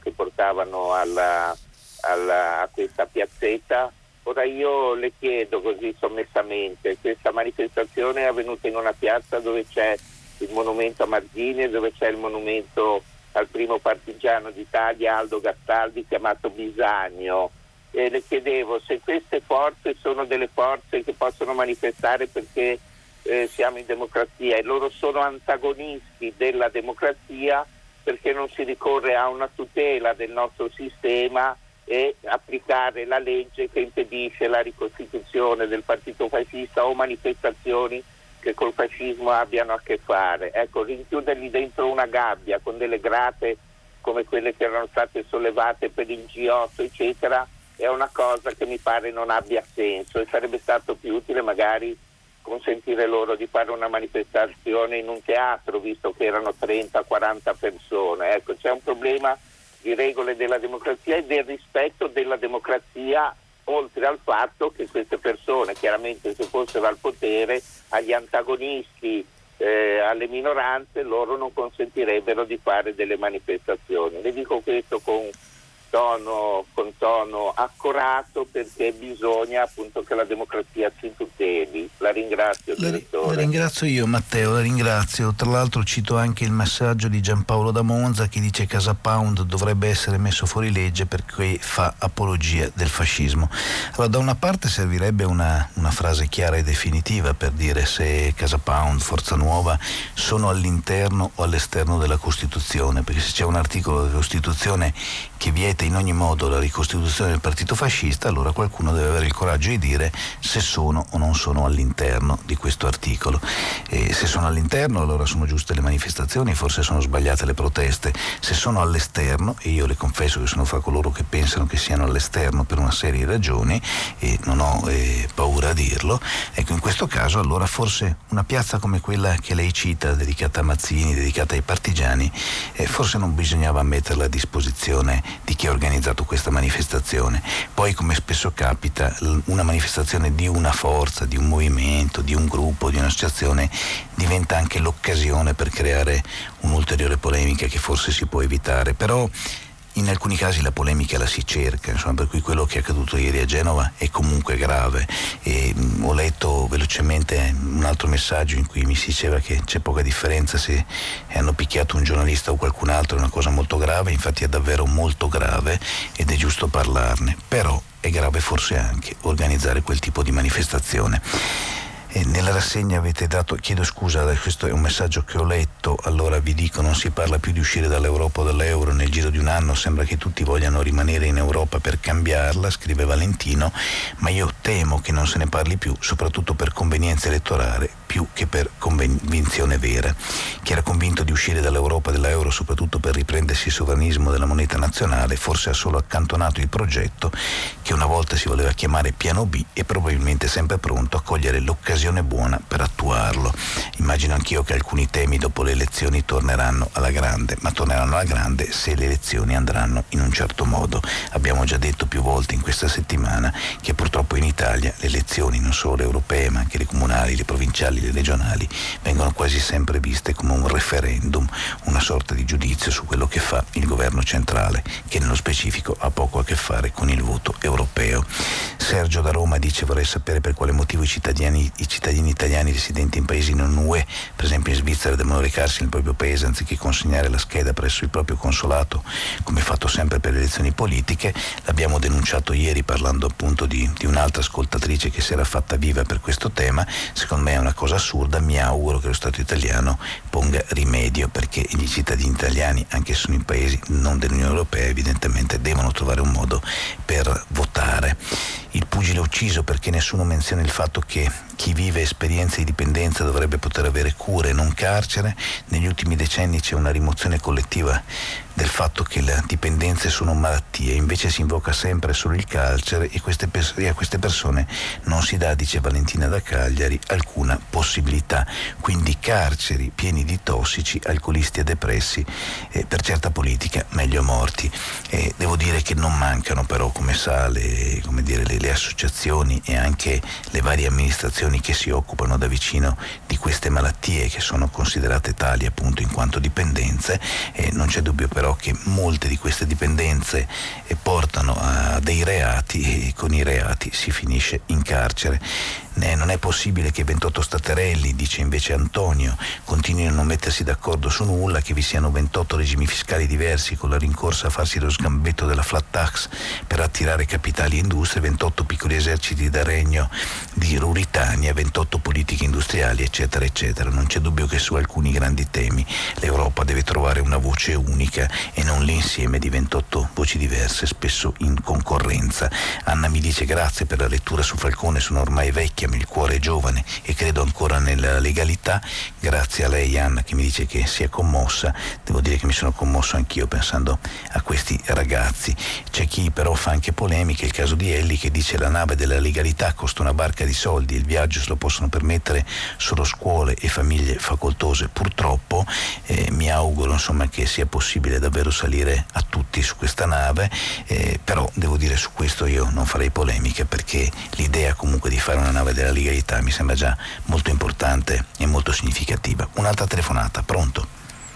a questa piazzetta. Ora io le chiedo così sommessamente, questa manifestazione è avvenuta in una piazza dove c'è il monumento a Mazzini e dove c'è il monumento al primo partigiano d'Italia, Aldo Gastaldi, chiamato Bisagno. E le chiedevo se queste forze sono delle forze che possono manifestare perché siamo in democrazia, e loro sono antagonisti della democrazia perché non si ricorre a una tutela del nostro sistema e applicare la legge che impedisce la ricostituzione del partito fascista o manifestazioni che col fascismo abbiano a che fare. Ecco, rinchiuderli dentro una gabbia con delle grate come quelle che erano state sollevate per il G8 eccetera è una cosa che mi pare non abbia senso, e sarebbe stato più utile magari consentire loro di fare una manifestazione in un teatro, visto che erano 30-40 persone. Ecco, c'è un problema di regole della democrazia e del rispetto della democrazia, oltre al fatto che queste persone, chiaramente se fossero al potere, agli antagonisti, alle minoranze, loro non consentirebbero di fare delle manifestazioni. Le dico questo con tono accorato, perché bisogna appunto che la democrazia si tuteli. La ringrazio, direttore. La ringrazio io, Matteo, la ringrazio. Tra l'altro cito anche il messaggio di Giampaolo da Monza che dice che Casa Pound dovrebbe essere messo fuori legge perché fa apologia del fascismo. Allora, da una parte servirebbe una frase chiara e definitiva per dire se Casa Pound, Forza Nuova sono all'interno o all'esterno della Costituzione, perché se c'è un articolo della Costituzione che vieta in ogni modo la ricostituzione del partito fascista, allora qualcuno deve avere il coraggio di dire se sono o non sono all'interno di questo articolo. E se sono all'interno, allora sono giuste le manifestazioni, forse sono sbagliate le proteste. Se sono all'esterno, e io le confesso che sono fra coloro che pensano che siano all'esterno per una serie di ragioni, e non ho paura a dirlo, ecco, in questo caso allora forse una piazza come quella che lei cita, dedicata a Mazzini, dedicata ai partigiani, forse non bisognava metterla a disposizione di chi ha organizzato questa manifestazione. Poi, come spesso capita, una manifestazione di una forza, di un movimento, di un gruppo, di un'associazione diventa anche l'occasione per creare un'ulteriore polemica che forse si può evitare, però in alcuni casi la polemica la si cerca, insomma, per cui quello che è accaduto ieri a Genova è comunque grave. E ho letto velocemente un altro messaggio in cui mi si diceva che c'è poca differenza se hanno picchiato un giornalista o qualcun altro, è una cosa molto grave, infatti è davvero molto grave ed è giusto parlarne, però è grave forse anche organizzare quel tipo di manifestazione. Nella rassegna avete dato, chiedo scusa, questo è un messaggio che ho letto, allora vi dico, non si parla più di uscire dall'Europa o dall'euro nel giro di un anno, sembra che tutti vogliano rimanere in Europa per cambiarla, scrive Valentino, ma io temo che non se ne parli più, soprattutto per convenienza elettorale più che per convinzione vera. Chi era convinto di uscire dall'Europa e dall'euro soprattutto per riprendersi il sovranismo della moneta nazionale forse ha solo accantonato il progetto che una volta si voleva chiamare piano B e probabilmente sempre pronto a cogliere l'occasione buona per attuarlo. Immagino anch'io che alcuni temi dopo le elezioni torneranno alla grande, ma torneranno alla grande se le elezioni andranno in un certo modo. Abbiamo già detto più volte in questa settimana che purtroppo in Italia le elezioni, non solo le europee ma anche le comunali, le provinciali, le regionali, vengono quasi sempre viste come un referendum, una sorta di giudizio su quello che fa il governo centrale, che nello specifico ha poco a che fare con il voto europeo. Sergio da Roma dice: vorrei sapere per quale motivo i cittadini italiani residenti in paesi non UE, per esempio in Svizzera, devono recarsi nel proprio paese anziché consegnare la scheda presso il proprio consolato, come fatto sempre per le elezioni politiche. L'abbiamo denunciato ieri parlando appunto di un'altra ascoltatrice che si era fatta viva per questo tema. Secondo me è una cosa assurda, mi auguro che lo Stato italiano ponga rimedio, perché i cittadini italiani, anche se sono in paesi non dell'Unione Europea, evidentemente devono trovare un modo per votare. Il pugile ucciso perché nessuno menziona il fatto che chi vive esperienze di dipendenza dovrebbe poter avere cure e non carcere. Negli ultimi decenni c'è una rimozione collettiva del fatto che le dipendenze sono malattie, invece si invoca sempre solo il carcere e a queste persone non si dà, dice Valentina da Cagliari, alcuna possibilità. Quindi carceri pieni di tossici, alcolisti e depressi, per certa politica meglio morti. Devo dire che non mancano però, come sa, le associazioni e anche le varie amministrazioni che si occupano da vicino di queste malattie che sono considerate tali appunto in quanto dipendenze. Non c'è dubbio però che molte di queste dipendenze portano a dei reati e con i reati si finisce in carcere. Non è possibile che 28 staterelli, dice invece Antonio, continuino a non mettersi d'accordo su nulla, che vi siano 28 regimi fiscali diversi con la rincorsa a farsi lo sgambetto della flat tax per attirare capitali e industrie, 28 piccoli eserciti da regno di Ruritania, 28 politiche industriali, eccetera eccetera. Non c'è dubbio che su alcuni grandi temi l'Europa deve trovare una voce unica e non l'insieme di 28 voci diverse, spesso in concorrenza. Anna mi dice: grazie per la lettura su Falcone, sono ormai vecchia, ma il cuore è giovane e credo ancora nella legalità. Grazie a lei, Anna, che mi dice che si è commossa. Devo dire che mi sono commosso anch'io pensando a questi ragazzi. C'è chi però fa anche polemiche, il caso di Elli, che dice: la nave della legalità costa una barca di soldi e il viaggio se lo possono permettere solo scuole e famiglie facoltose. Purtroppo mi auguro insomma che sia possibile davvero salire a tutti su questa nave, però devo dire su questo io non farei polemiche, perché l'idea comunque di fare una nave della legalità mi sembra già molto importante e molto significativa. Un'altra telefonata, pronto?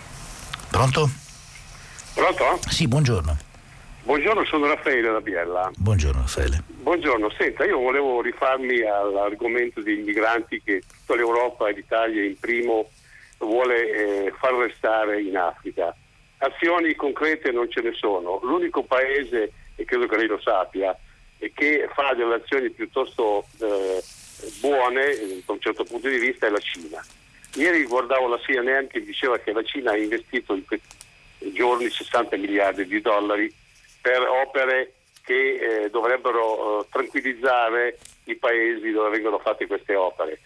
Pronto? Pronto? Sì, buongiorno. Buongiorno, sono Raffaele da Biella. Buongiorno Raffaele. Buongiorno, senta, io volevo rifarmi all'argomento dei migranti che tutta l'Europa e l'Italia in primo vuole far restare in Africa. Azioni concrete non ce ne sono. L'unico paese, e credo che lei lo sappia, che fa delle azioni piuttosto buone da un certo punto di vista è la Cina. Ieri guardavo la CNN che diceva che la Cina ha investito in questi giorni 60 miliardi di dollari per opere che dovrebbero tranquillizzare i paesi dove vengono fatte queste opere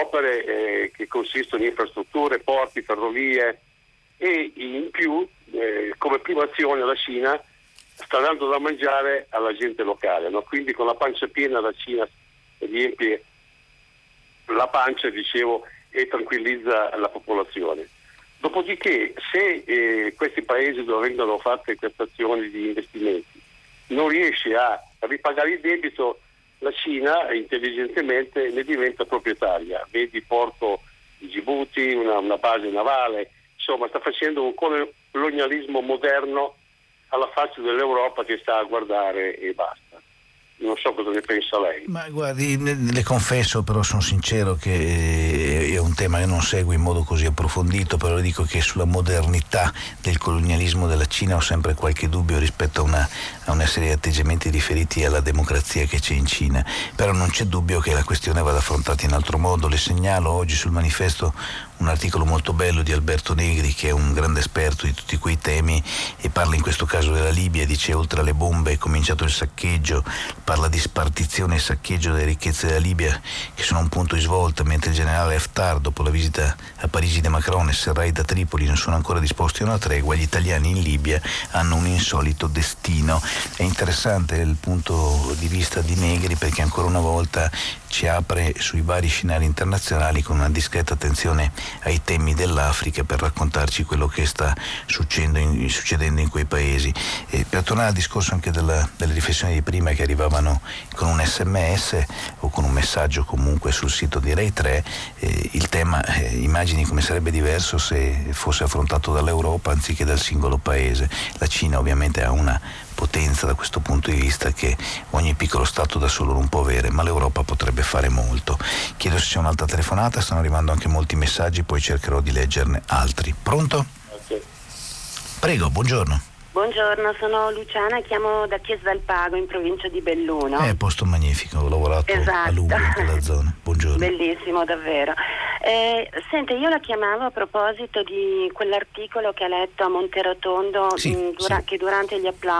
che consistono in infrastrutture, porti, ferrovie, e in più come prima azione la Cina sta dando da mangiare alla gente locale, no? Quindi con la pancia piena la Cina riempie la pancia, dicevo, e tranquillizza la popolazione. Dopodiché, se questi paesi dove vengono fatte queste azioni di investimenti non riesce a ripagare il debito, la Cina intelligentemente ne diventa proprietaria. Vedi il porto di Djibouti, una base navale, insomma sta facendo un colonialismo moderno alla faccia dell'Europa che sta a guardare e basta. Non so cosa ne pensa lei. Ma guardi, le confesso, però sono sincero, che è un tema che non seguo in modo così approfondito, però dico che sulla modernità del colonialismo della Cina ho sempre qualche dubbio rispetto a una serie di atteggiamenti riferiti alla democrazia che c'è in Cina. Però non c'è dubbio che la questione vada affrontata in altro modo. Le segnalo oggi sul Manifesto un articolo molto bello di Alberto Negri, che è un grande esperto di tutti quei temi, e parla in questo caso della Libia. Dice: oltre alle bombe è cominciato il saccheggio, parla di spartizione e saccheggio delle ricchezze della Libia, che sono un punto di svolta, mentre il generale Haftar, dopo la visita a Parigi di Macron e Serraj da Tripoli, non sono ancora disposti a una tregua. Gli italiani in Libia hanno un insolito destino. È interessante il punto di vista di Negri, perché ancora una volta ci apre sui vari scenari internazionali con una discreta attenzione ai temi dell'Africa, per raccontarci quello che sta succedendo in quei paesi. E per tornare al discorso anche delle riflessioni di prima, che arrivavano con un SMS o con un messaggio comunque sul sito di Rai 3, il tema immagini come sarebbe diverso se fosse affrontato dall'Europa anziché dal singolo paese. La Cina ovviamente ha una potenza da questo punto di vista che ogni piccolo stato da solo non può avere, ma l'Europa potrebbe fare molto. Chiedo se c'è un'altra telefonata, stanno arrivando anche molti messaggi, poi cercherò di leggerne altri. Pronto? Okay. Prego, buongiorno. Buongiorno, sono Luciana, chiamo da Chiesa del Pago in provincia di Belluno. Posto magnifico, ho lavorato a lungo in quella zona. Buongiorno. Bellissimo, davvero. Senta, io la chiamavo a proposito di quell'articolo che ha letto a Monterotondo, che durante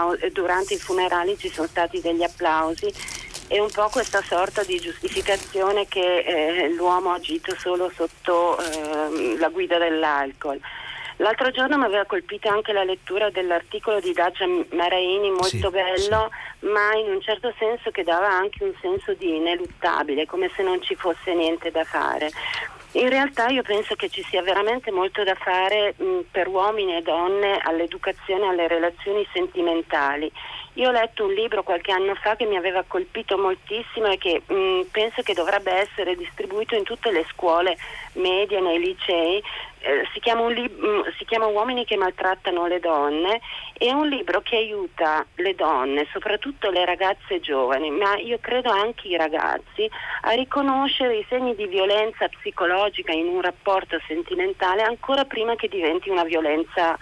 i funerali ci sono stati degli applausi, e un po' questa sorta di giustificazione che l'uomo ha agito solo sotto la guida dell'alcol. L'altro giorno mi aveva colpito anche la lettura dell'articolo di Dacia Maraini, molto bello, ma in un certo senso che dava anche un senso di ineluttabile, come se non ci fosse niente da fare. In realtà io penso che ci sia veramente molto da fare per uomini e donne all'educazione, alle relazioni sentimentali. Io ho letto un libro qualche anno fa che mi aveva colpito moltissimo e che penso che dovrebbe essere distribuito in tutte le scuole medie, nei licei. Si chiama Uomini che maltrattano le donne. È un libro che aiuta le donne, soprattutto le ragazze giovani, ma io credo anche i ragazzi, a riconoscere i segni di violenza psicologica in un rapporto sentimentale ancora prima che diventi una violenza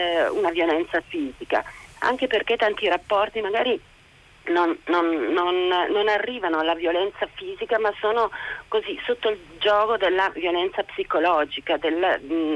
fisica. Anche perché tanti rapporti magari non arrivano alla violenza fisica, ma sono così sotto il gioco della violenza psicologica, del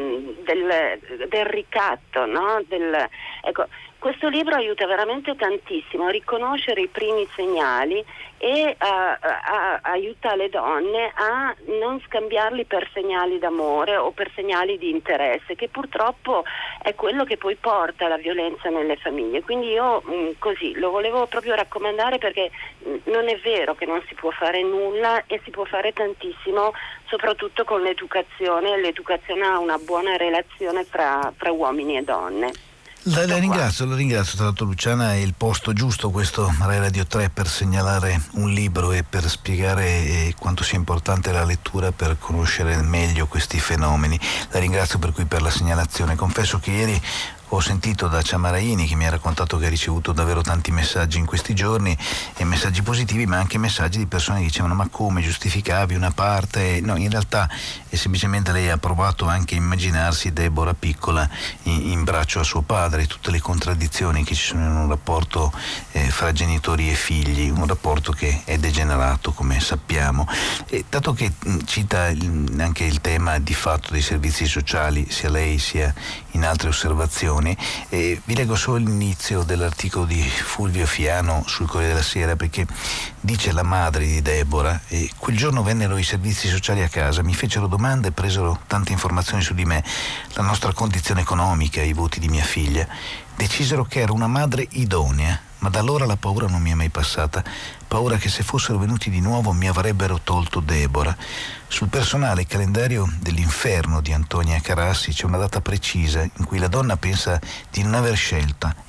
ricatto, no? Ecco, questo libro aiuta veramente tantissimo a riconoscere i primi segnali e aiuta le donne a non scambiarli per segnali d'amore o per segnali di interesse, che purtroppo è quello che poi porta alla violenza nelle famiglie. Quindi io così lo volevo proprio raccomandare, perché non è vero che non si può fare nulla, e si può fare tantissimo, soprattutto con l'educazione. L'educazione ha una buona relazione fra uomini e donne. La ringrazio, tra l'altro Luciana, è il posto giusto questo Rai Radio 3 per segnalare un libro e per spiegare quanto sia importante la lettura per conoscere meglio questi fenomeni. La ringrazio per la segnalazione. Confesso che ieri ho sentito da Ciamaraini, che mi ha raccontato che ha ricevuto davvero tanti messaggi in questi giorni, e messaggi positivi, ma anche messaggi di persone che dicevano: ma come giustificavi una parte? No, in realtà è semplicemente lei ha provato anche a immaginarsi Deborah piccola in braccio a suo padre, tutte le contraddizioni che ci sono in un rapporto fra genitori e figli, un rapporto che è degenerato, come sappiamo. E dato che cita anche il tema di fatto dei servizi sociali, sia lei sia in altre osservazioni, vi leggo solo l'inizio dell'articolo di Fulvio Fiano sul Corriere della Sera, perché dice la madre di Deborah: quel giorno vennero i servizi sociali a casa, mi fecero domande e presero tante informazioni su di me, la nostra condizione economica, i voti di mia figlia. Decisero che ero una madre idonea, ma da allora la paura non mi è mai passata, paura che se fossero venuti di nuovo mi avrebbero tolto Deborah. Sul personale calendario dell'inferno di Antonia Carassi c'è una data precisa in cui la donna pensa di non aver scelta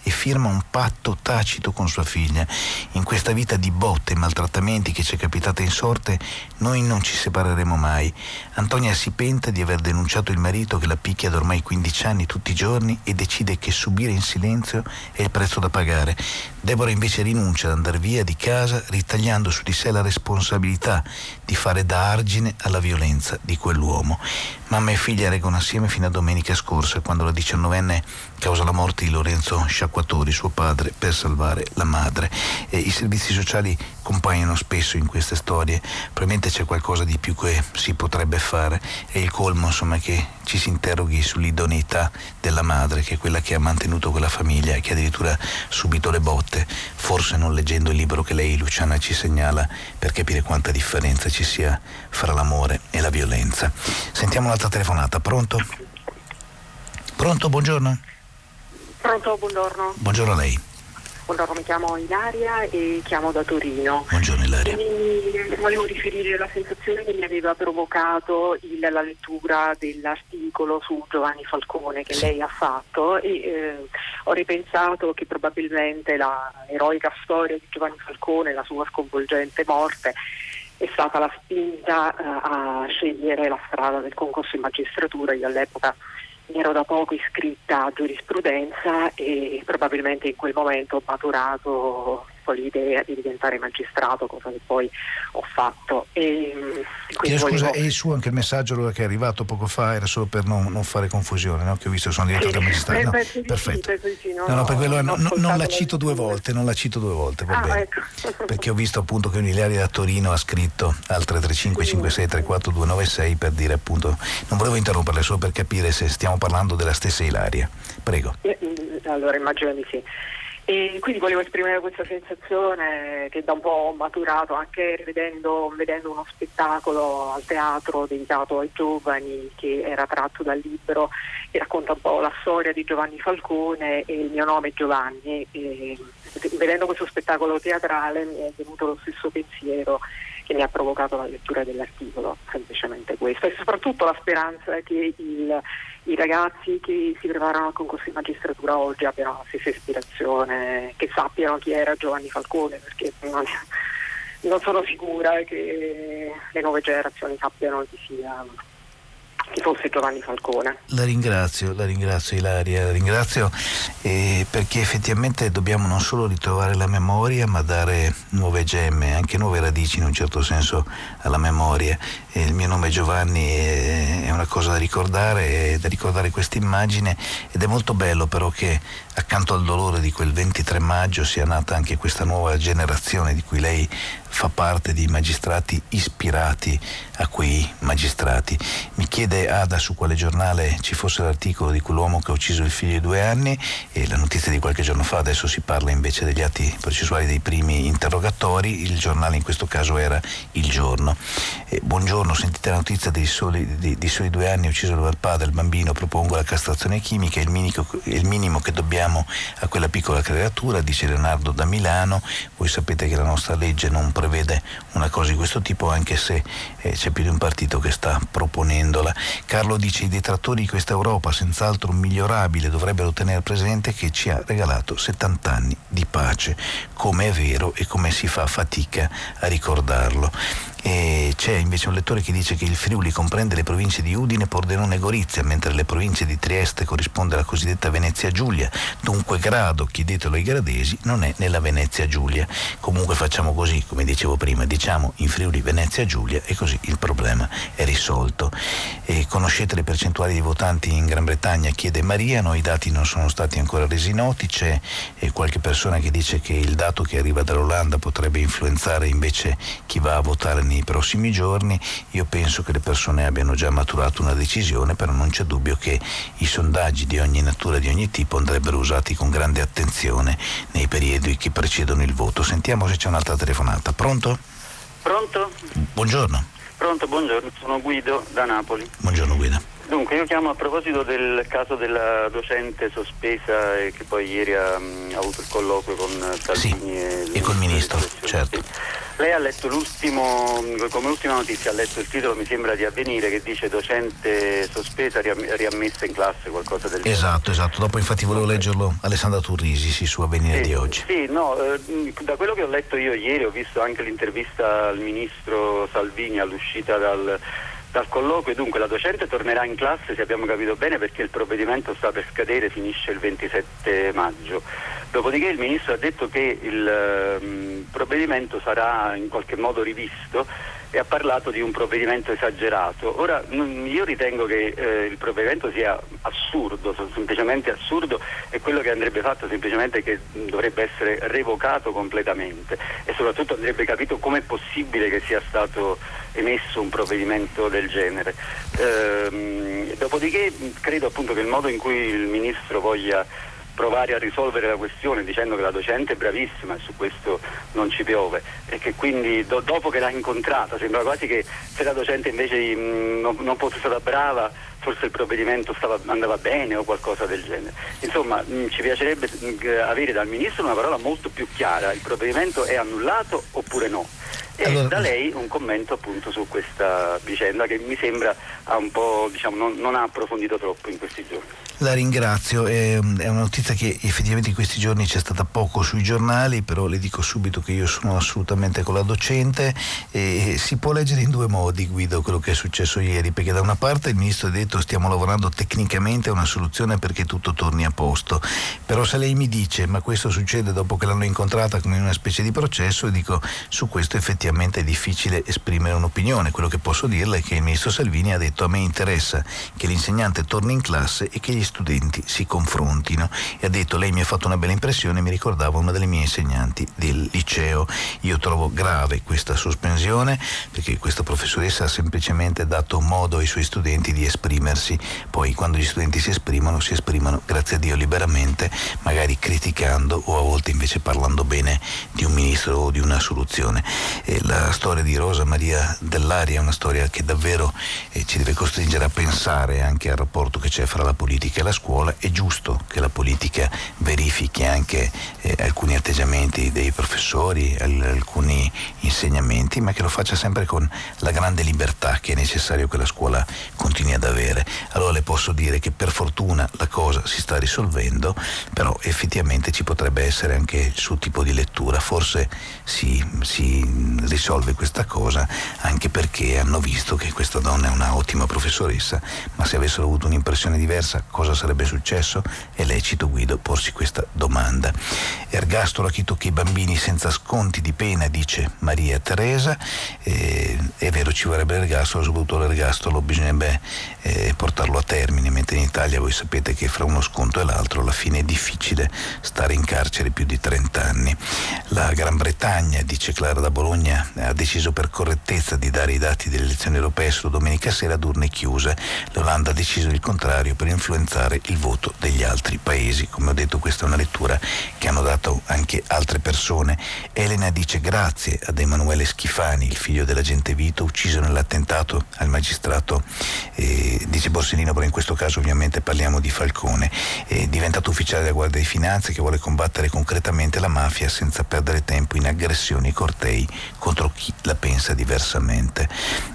e firma un patto tacito con sua figlia. In questa vita di botte e maltrattamenti che ci è capitata in sorte, noi non ci separeremo mai. Antonia si pente di aver denunciato il marito che la picchia da ormai 15 anni tutti i giorni e decide che subire in silenzio è il prezzo da pagare. Deborah invece rinuncia ad andare via di casa, ritagliando su di sé la responsabilità di fare da argine alla violenza di quell'uomo. Mamma e figlia reggono assieme fino a domenica scorsa, quando la 19enne causa la morte di Lorenzo Sciacquatori, suo padre, per salvare la madre. I servizi sociali compaiono spesso in queste storie. Probabilmente c'è qualcosa di più che si potrebbe fare. È il colmo, insomma, che ci si interroghi sull'idoneità della madre, che è quella che ha mantenuto quella famiglia e che addirittura ha subito le botte, forse non leggendo il libro che lei, Luciana, ci segnala, per capire quanta differenza ci sia fra l'amore e la violenza. Sentiamo un'altra telefonata. Pronto? Pronto, buongiorno. Pronto, buongiorno. Buongiorno a lei. Buongiorno, mi chiamo Ilaria e chiamo da Torino. Buongiorno Ilaria. Volevo riferire la sensazione che mi aveva provocato la lettura dell'articolo su Giovanni Falcone che lei ha fatto e ho ripensato che probabilmente la eroica storia di Giovanni Falcone, la sua sconvolgente morte, è stata la spinta a scegliere la strada del concorso in magistratura. Io all'epoca mi ero da poco iscritta a giurisprudenza e probabilmente in quel momento ho maturato l'idea di diventare magistrato, cosa che poi ho fatto. Scusa, è il suo anche il messaggio che è arrivato poco fa, era solo per non fare confusione, no? Che ho visto che sono diventato magistrato. No, perfetto. No, per quello non la cito due volte, va bene. Ecco. Perché ho visto appunto che un'Ilaria da Torino ha scritto al 335 56 34 296 per dire appunto, non volevo interromperle, solo per capire se stiamo parlando della stessa Ilaria. Prego. Allora immagino di sì. E quindi volevo esprimere questa sensazione che da un po' ho maturato anche vedendo uno spettacolo al teatro dedicato ai giovani che era tratto dal libro e racconta un po' la storia di Giovanni Falcone e il mio nome è Giovanni. E vedendo questo spettacolo teatrale mi è venuto lo stesso pensiero che mi ha provocato la lettura dell'articolo, semplicemente questo, e soprattutto la speranza che i ragazzi che si preparano al concorso di magistratura oggi abbiano la stessa ispirazione, che sappiano chi era Giovanni Falcone, perché non sono sicura che le nuove generazioni sappiano chi fosse Giovanni Falcone. La ringrazio Ilaria, perché effettivamente dobbiamo non solo ritrovare la memoria ma dare nuove gemme, anche nuove radici in un certo senso alla memoria. Il mio nome è Giovanni, è una cosa da ricordare questa immagine, ed è molto bello però che accanto al dolore di quel 23 maggio sia nata anche questa nuova generazione di cui lei fa parte, di magistrati ispirati a quei magistrati. Mi chiede Ada su quale giornale ci fosse l'articolo di quell'uomo che ha ucciso il figlio di 2 anni, e la notizia di qualche giorno fa. Adesso si parla invece degli atti processuali dei primi interrogatori. Il giornale in questo caso era Il Giorno. Buongiorno, sentite la notizia di soli 2 anni, ucciso dal padre il bambino, propongo la castrazione chimica, è il minimo che dobbiamo a quella piccola creatura, dice Leonardo da Milano. Voi sapete che la nostra legge non prevede una cosa di questo tipo, anche se c'è più di un partito che sta proponendola. Carlo dice: i detrattori di questa Europa, senz'altro migliorabile, dovrebbero tenere presente che ci ha regalato 70 anni di pace, come è vero e come si fa fatica a ricordarlo. E c'è invece un lettore che dice che il Friuli comprende le province di Udine, Pordenone e Gorizia, mentre le province di Trieste corrisponde alla cosiddetta Venezia Giulia. Dunque Grado, chiedetelo ai gradesi, non è nella Venezia Giulia. Comunque facciamo così, come dicevo prima, diciamo in Friuli Venezia Giulia e così il problema è risolto. E conoscete le percentuali di votanti in Gran Bretagna? Chiede Maria. No, i dati non sono stati ancora resi noti. C'è qualche persona che dice che il dato che arriva dall'Olanda potrebbe influenzare invece chi va a votare nei prossimi giorni. Io penso che le persone abbiano già maturato una decisione, però non c'è dubbio che i sondaggi di ogni natura, di ogni tipo, andrebbero usati con grande attenzione nei periodi che precedono il voto. Sentiamo se c'è un'altra telefonata. Pronto? Pronto? Buongiorno. Pronto, buongiorno, sono Guido da Napoli. Buongiorno Guido. Dunque, io chiamo a proposito del caso della docente sospesa che poi ieri ha avuto il colloquio con Salvini e col Ministro, certo. Lei ha letto come ultima notizia, ha letto il titolo, mi sembra di Avvenire, che dice docente sospesa riammessa in classe, qualcosa del genere. Esatto, dopo infatti volevo leggerlo Alessandra Turrisi, su Avvenire di oggi. Sì, no, da quello che ho letto io ieri, ho visto anche l'intervista al Ministro Salvini all'uscita dal colloquio. Dunque la docente tornerà in classe, se abbiamo capito bene, perché il provvedimento sta per scadere, finisce il 27 maggio. Dopodiché il Ministro ha detto che il provvedimento sarà in qualche modo rivisto e ha parlato di un provvedimento esagerato. Ora io ritengo che il provvedimento sia assurdo, semplicemente assurdo, e quello che andrebbe fatto semplicemente è che dovrebbe essere revocato completamente, e soprattutto andrebbe capito com'è possibile che sia stato emesso un provvedimento del genere. Dopodiché credo appunto che il modo in cui il Ministro voglia provare a risolvere la questione dicendo che la docente è bravissima e su questo non ci piove, e che quindi dopo che l'ha incontrata sembra quasi che se la docente invece non fosse stata brava forse il provvedimento andava bene o qualcosa del genere. Insomma, ci piacerebbe avere dal Ministro una parola molto più chiara: il provvedimento è annullato oppure no? E da lei un commento appunto su questa vicenda che mi sembra un po', non ha approfondito troppo in questi giorni. La ringrazio, è una notizia che effettivamente in questi giorni c'è stata poco sui giornali, però le dico subito che io sono assolutamente con la docente, e si può leggere in due modi, Guido, quello che è successo ieri, perché da una parte il Ministro ha detto stiamo lavorando tecnicamente a una soluzione perché tutto torni a posto, però se lei mi dice ma questo succede dopo che l'hanno incontrata come in una specie di processo, dico su questo effettivamente è difficile esprimere un'opinione. Quello che posso dirle è che il Ministro Salvini ha detto a me interessa che l'insegnante torni in classe e che gli studenti si confrontino, e ha detto lei mi ha fatto una bella impressione, mi ricordava una delle mie insegnanti del liceo. Io trovo grave questa sospensione perché questa professoressa ha semplicemente dato modo ai suoi studenti di esprimersi, poi quando gli studenti si esprimono grazie a Dio liberamente, magari criticando o a volte invece parlando bene di un ministro o di una soluzione. La storia di Rosa Maria Dell'Aria è una storia che davvero ci deve costringere a pensare anche al rapporto che c'è fra la politica e la scuola. È giusto che la politica verifichi anche alcuni atteggiamenti dei professori, alcuni insegnamenti, ma che lo faccia sempre con la grande libertà che è necessario che la scuola continui ad avere. Allora le posso dire che per fortuna la cosa si sta risolvendo, però effettivamente ci potrebbe essere anche il suo tipo di lettura. Forse si risolve questa cosa anche perché hanno visto che questa donna è una ottima professoressa, ma se avessero avuto un'impressione diversa cosa sarebbe successo? È lecito, Guido, porsi questa domanda. Ergastolo a chi tocca i bambini senza sconti di pena, dice Maria Teresa. È vero, ci vorrebbe l'ergastolo, soprattutto l'ergastolo bisognerebbe portarlo a termine, mentre in Italia voi sapete che fra uno sconto e l'altro alla fine è difficile stare in carcere più di 30 anni. La Gran Bretagna, dice Clara da Bologna, ha deciso per correttezza di dare i dati delle elezioni europee solo domenica sera ad urne chiuse. L'Olanda ha deciso il contrario per influenzare il voto degli altri paesi. Come ho detto, questa è una lettura che hanno dato anche altre persone. Elena dice grazie ad Emanuele Schifani, il figlio dell'agente Vito, ucciso nell'attentato al magistrato, dice Borsellino, però in questo caso ovviamente parliamo di Falcone, è diventato ufficiale della Guardia di Finanza che vuole combattere concretamente la mafia senza perdere tempo in aggressioni e cortei contro chi la pensa diversamente.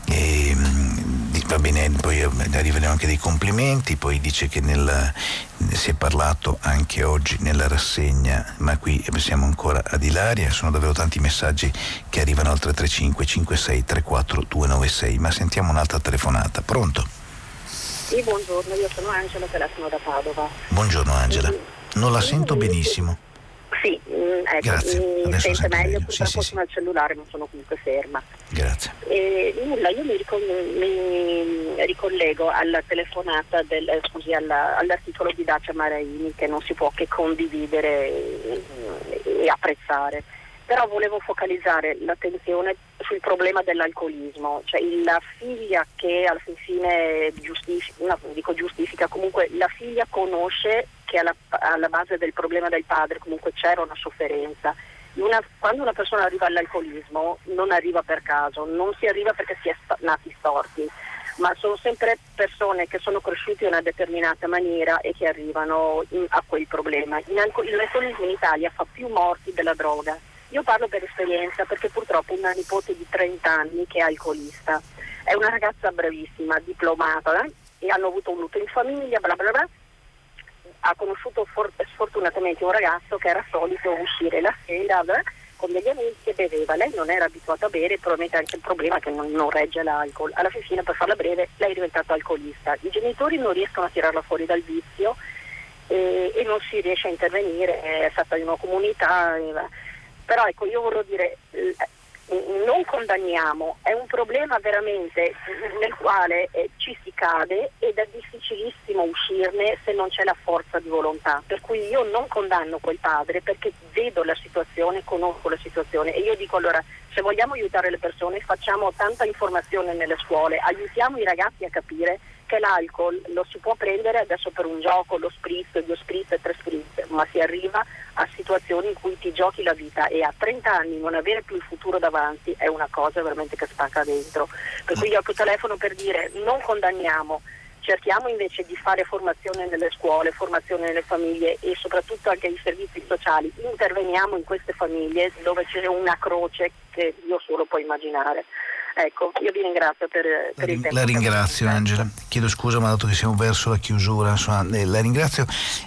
Va bene, poi arrivano anche dei complimenti, poi dice che si è parlato anche oggi nella rassegna, ma qui siamo ancora ad Ilaria, sono davvero tanti messaggi che arrivano al 335 56 34 296, ma sentiamo un'altra telefonata. Pronto? Sì, buongiorno, io sono Angela, telefono da Padova. Buongiorno Angela, non la sento benissimo. Sì, ecco, grazie. mi sente meglio, sì. purtroppo sono al cellulare, ma sono comunque ferma. Grazie. Nulla, io mi ricollego alla telefonata all'articolo di Dacia Maraini, che non si può che condividere e apprezzare. Però volevo focalizzare l'attenzione sul problema dell'alcolismo, cioè la figlia che alla fine giustifica, comunque la figlia conosce che alla base del problema del padre comunque c'era una sofferenza. Quando una persona arriva all'alcolismo non arriva per caso, non si arriva perché si è nati storti, ma sono sempre persone che sono cresciute in una determinata maniera e che arrivano a quel problema. L'alcolismo in Italia fa più morti della droga. Io parlo per esperienza perché purtroppo una nipote di 30 anni che è alcolista, è una ragazza bravissima, diplomata, e hanno avuto un lutto in famiglia, bla bla bla. Ha conosciuto sfortunatamente un ragazzo che era solito uscire la sera con degli amici e beveva. Lei non era abituata a bere, probabilmente anche il problema che non regge l'alcol. Alla fine, per farla breve, lei è diventata alcolista. I genitori non riescono a tirarla fuori dal vizio e non si riesce a intervenire, è stata in una comunità. Però ecco, io voglio dire, non condanniamo, è un problema veramente nel quale ci si cade ed è difficilissimo uscirne se non c'è la forza di volontà, per cui io non condanno quel padre perché vedo la situazione, conosco la situazione e io dico allora, se vogliamo aiutare le persone facciamo tanta informazione nelle scuole, aiutiamo i ragazzi a capire che l'alcol lo si può prendere adesso per un gioco, lo spritz, 2 spritz, 3 spritz, ma si arriva a situazioni in cui ti giochi la vita e a 30 anni non avere più il futuro davanti è una cosa veramente che spacca dentro. Per cui io telefono per dire non condanniamo, cerchiamo invece di fare formazione nelle scuole, formazione nelle famiglie e soprattutto anche ai servizi sociali, interveniamo in queste famiglie dove c'è una croce che io solo può immaginare. Ecco, io vi ringrazio per il tempo. La ringrazio Angela, chiedo scusa ma dato che siamo verso la chiusura, insomma, la ringrazio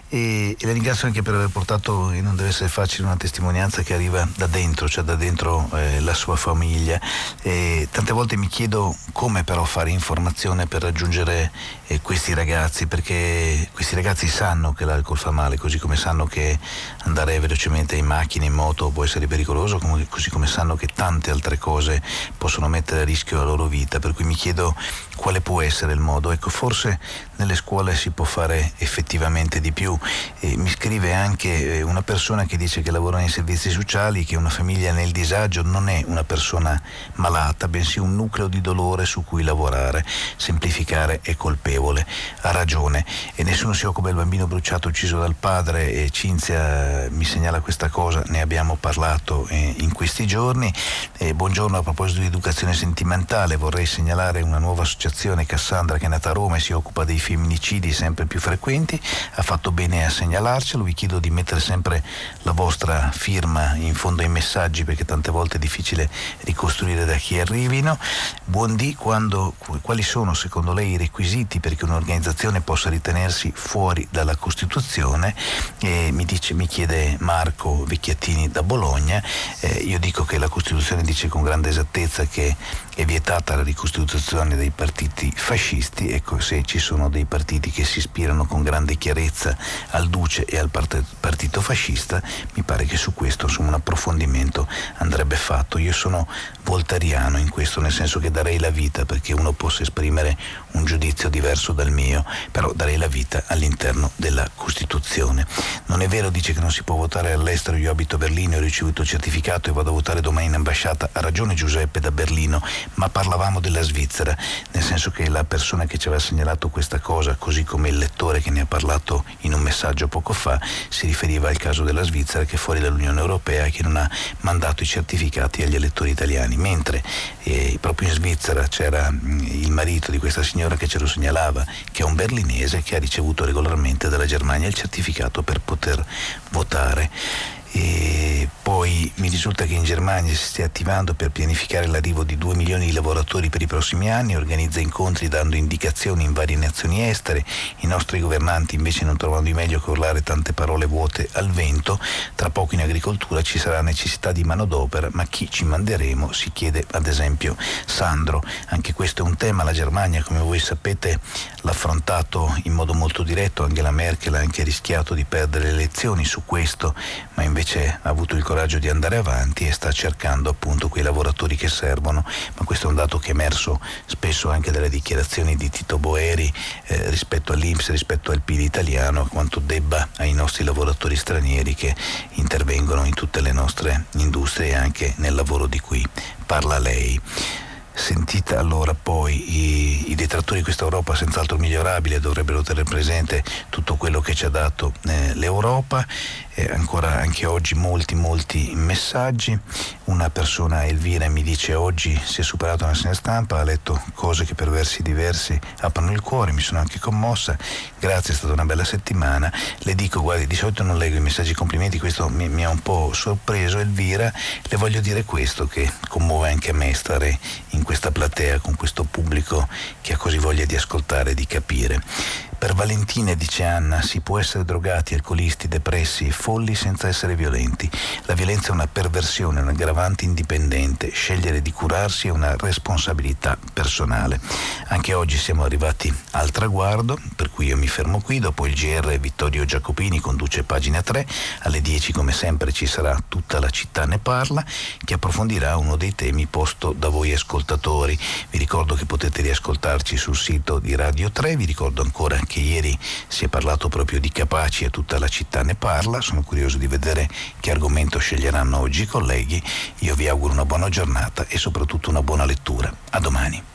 e la ringrazio anche per aver portato, e non deve essere facile, una testimonianza che arriva da dentro, cioè da dentro la sua famiglia. Tante volte mi chiedo come però fare informazione per raggiungere questi ragazzi, perché questi ragazzi sanno che l'alcol fa male, così come sanno che andare velocemente in macchina, in moto può essere pericoloso, così come sanno che tante altre cose possono mettere a rischio la loro vita, per cui mi chiedo quale può essere il modo. Ecco, forse nelle scuole si può fare effettivamente di più. Mi scrive anche una persona che dice che lavora nei servizi sociali, che una famiglia nel disagio non è una persona malata, bensì un nucleo di dolore su cui lavorare. Semplificare è colpevole, ha ragione, e nessuno si occupa del bambino bruciato ucciso dal padre, e Cinzia mi segnala questa cosa, ne abbiamo parlato in questi giorni. Buongiorno, a proposito di educazione sentimentale vorrei segnalare una nuova associazione, Cassandra, che è nata a Roma e si occupa dei femminicidi sempre più frequenti. Ha fatto bene a segnalarcelo, vi chiedo di mettere sempre la vostra firma in fondo ai messaggi perché tante volte è difficile ricostruire da chi arrivino. Buondì, quali sono secondo lei i requisiti perché un'organizzazione possa ritenersi fuori dalla Costituzione? Mi chiede Marco Vecchiattini da Bologna. Io dico che la Costituzione dice con grande esattezza che è vietata la ricostituzione dei partiti fascisti. Ecco, se ci sono dei partiti che si ispirano con grande chiarezza al Duce e al partito fascista, mi pare che su questo un approfondimento andrebbe fatto. Io sono voltariano in questo, nel senso che darei la vita perché uno possa esprimere un giudizio diverso dal mio, però darei la vita all'interno della Costituzione. Non è vero, dice, che non si può votare all'estero. Io abito a Berlino, ho ricevuto il certificato e vado a votare domani in ambasciata. Ha ragione Giuseppe da Berlino, ma parlavamo della Svizzera, nel senso che la persona che ci aveva segnalato questa cosa, così come il lettore che ne ha parlato in un messaggio poco fa, si riferiva al caso della Svizzera, che è fuori dall'Unione Europea e che non ha mandato i certificati agli elettori italiani, mentre proprio in Svizzera c'era il marito di questa signora che ce lo segnalava, che è un berlinese che ha ricevuto regolarmente dalla Germania il certificato per poter votare. E poi mi risulta che in Germania si stia attivando per pianificare l'arrivo di 2 milioni di lavoratori per i prossimi anni, organizza incontri dando indicazioni in varie nazioni estere. I nostri governanti invece non trovano di meglio che urlare tante parole vuote al vento. Tra poco in agricoltura ci sarà necessità di manodopera, ma chi ci manderemo, si chiede ad esempio Sandro. Anche questo è un tema. La Germania, come voi sapete, l'ha affrontato in modo molto diretto. Angela Merkel ha anche rischiato di perdere le elezioni su questo, ma invece ha avuto il coraggio di andare avanti e sta cercando appunto quei lavoratori che servono. Ma questo è un dato che è emerso spesso anche dalle dichiarazioni di Tito Boeri rispetto all'INPS, rispetto al PIL italiano, quanto debba ai nostri lavoratori stranieri che intervengono in tutte le nostre industrie e anche nel lavoro di cui parla lei. Sentita allora poi i detrattori di questa Europa senz'altro migliorabile dovrebbero tenere presente tutto quello che ci ha dato l'Europa. Ancora anche oggi molti messaggi. Una persona, Elvira, mi dice: oggi si è superata una rassegna stampa, ha letto cose che per versi diversi aprono il cuore, mi sono anche commossa, grazie, è stata una bella settimana. Le dico: guardi, di solito non leggo i messaggi complimenti, questo mi ha un po' sorpreso, Elvira, le voglio dire questo, che commuove anche a me stare in questa platea con questo pubblico che ha così voglia di ascoltare e di capire. Per Valentina, dice Anna, si può essere drogati, alcolisti, depressi, folli senza essere violenti. La violenza è una perversione, un aggravante indipendente. Scegliere di curarsi è una responsabilità personale. Anche oggi siamo arrivati al traguardo, per cui io mi fermo qui. Dopo il GR Vittorio Giacopini conduce Pagina 3. Alle 10 come sempre ci sarà Tutta la città ne parla, che approfondirà uno dei temi posto da voi ascoltatori. Vi ricordo che potete riascoltarci sul sito di Radio 3. Vi ricordo ancora che ieri si è parlato proprio di Capaci e Tutta la città ne parla. Sono curioso di vedere che argomento sceglieranno oggi i colleghi. Io vi auguro una buona giornata e soprattutto una buona lettura. A domani.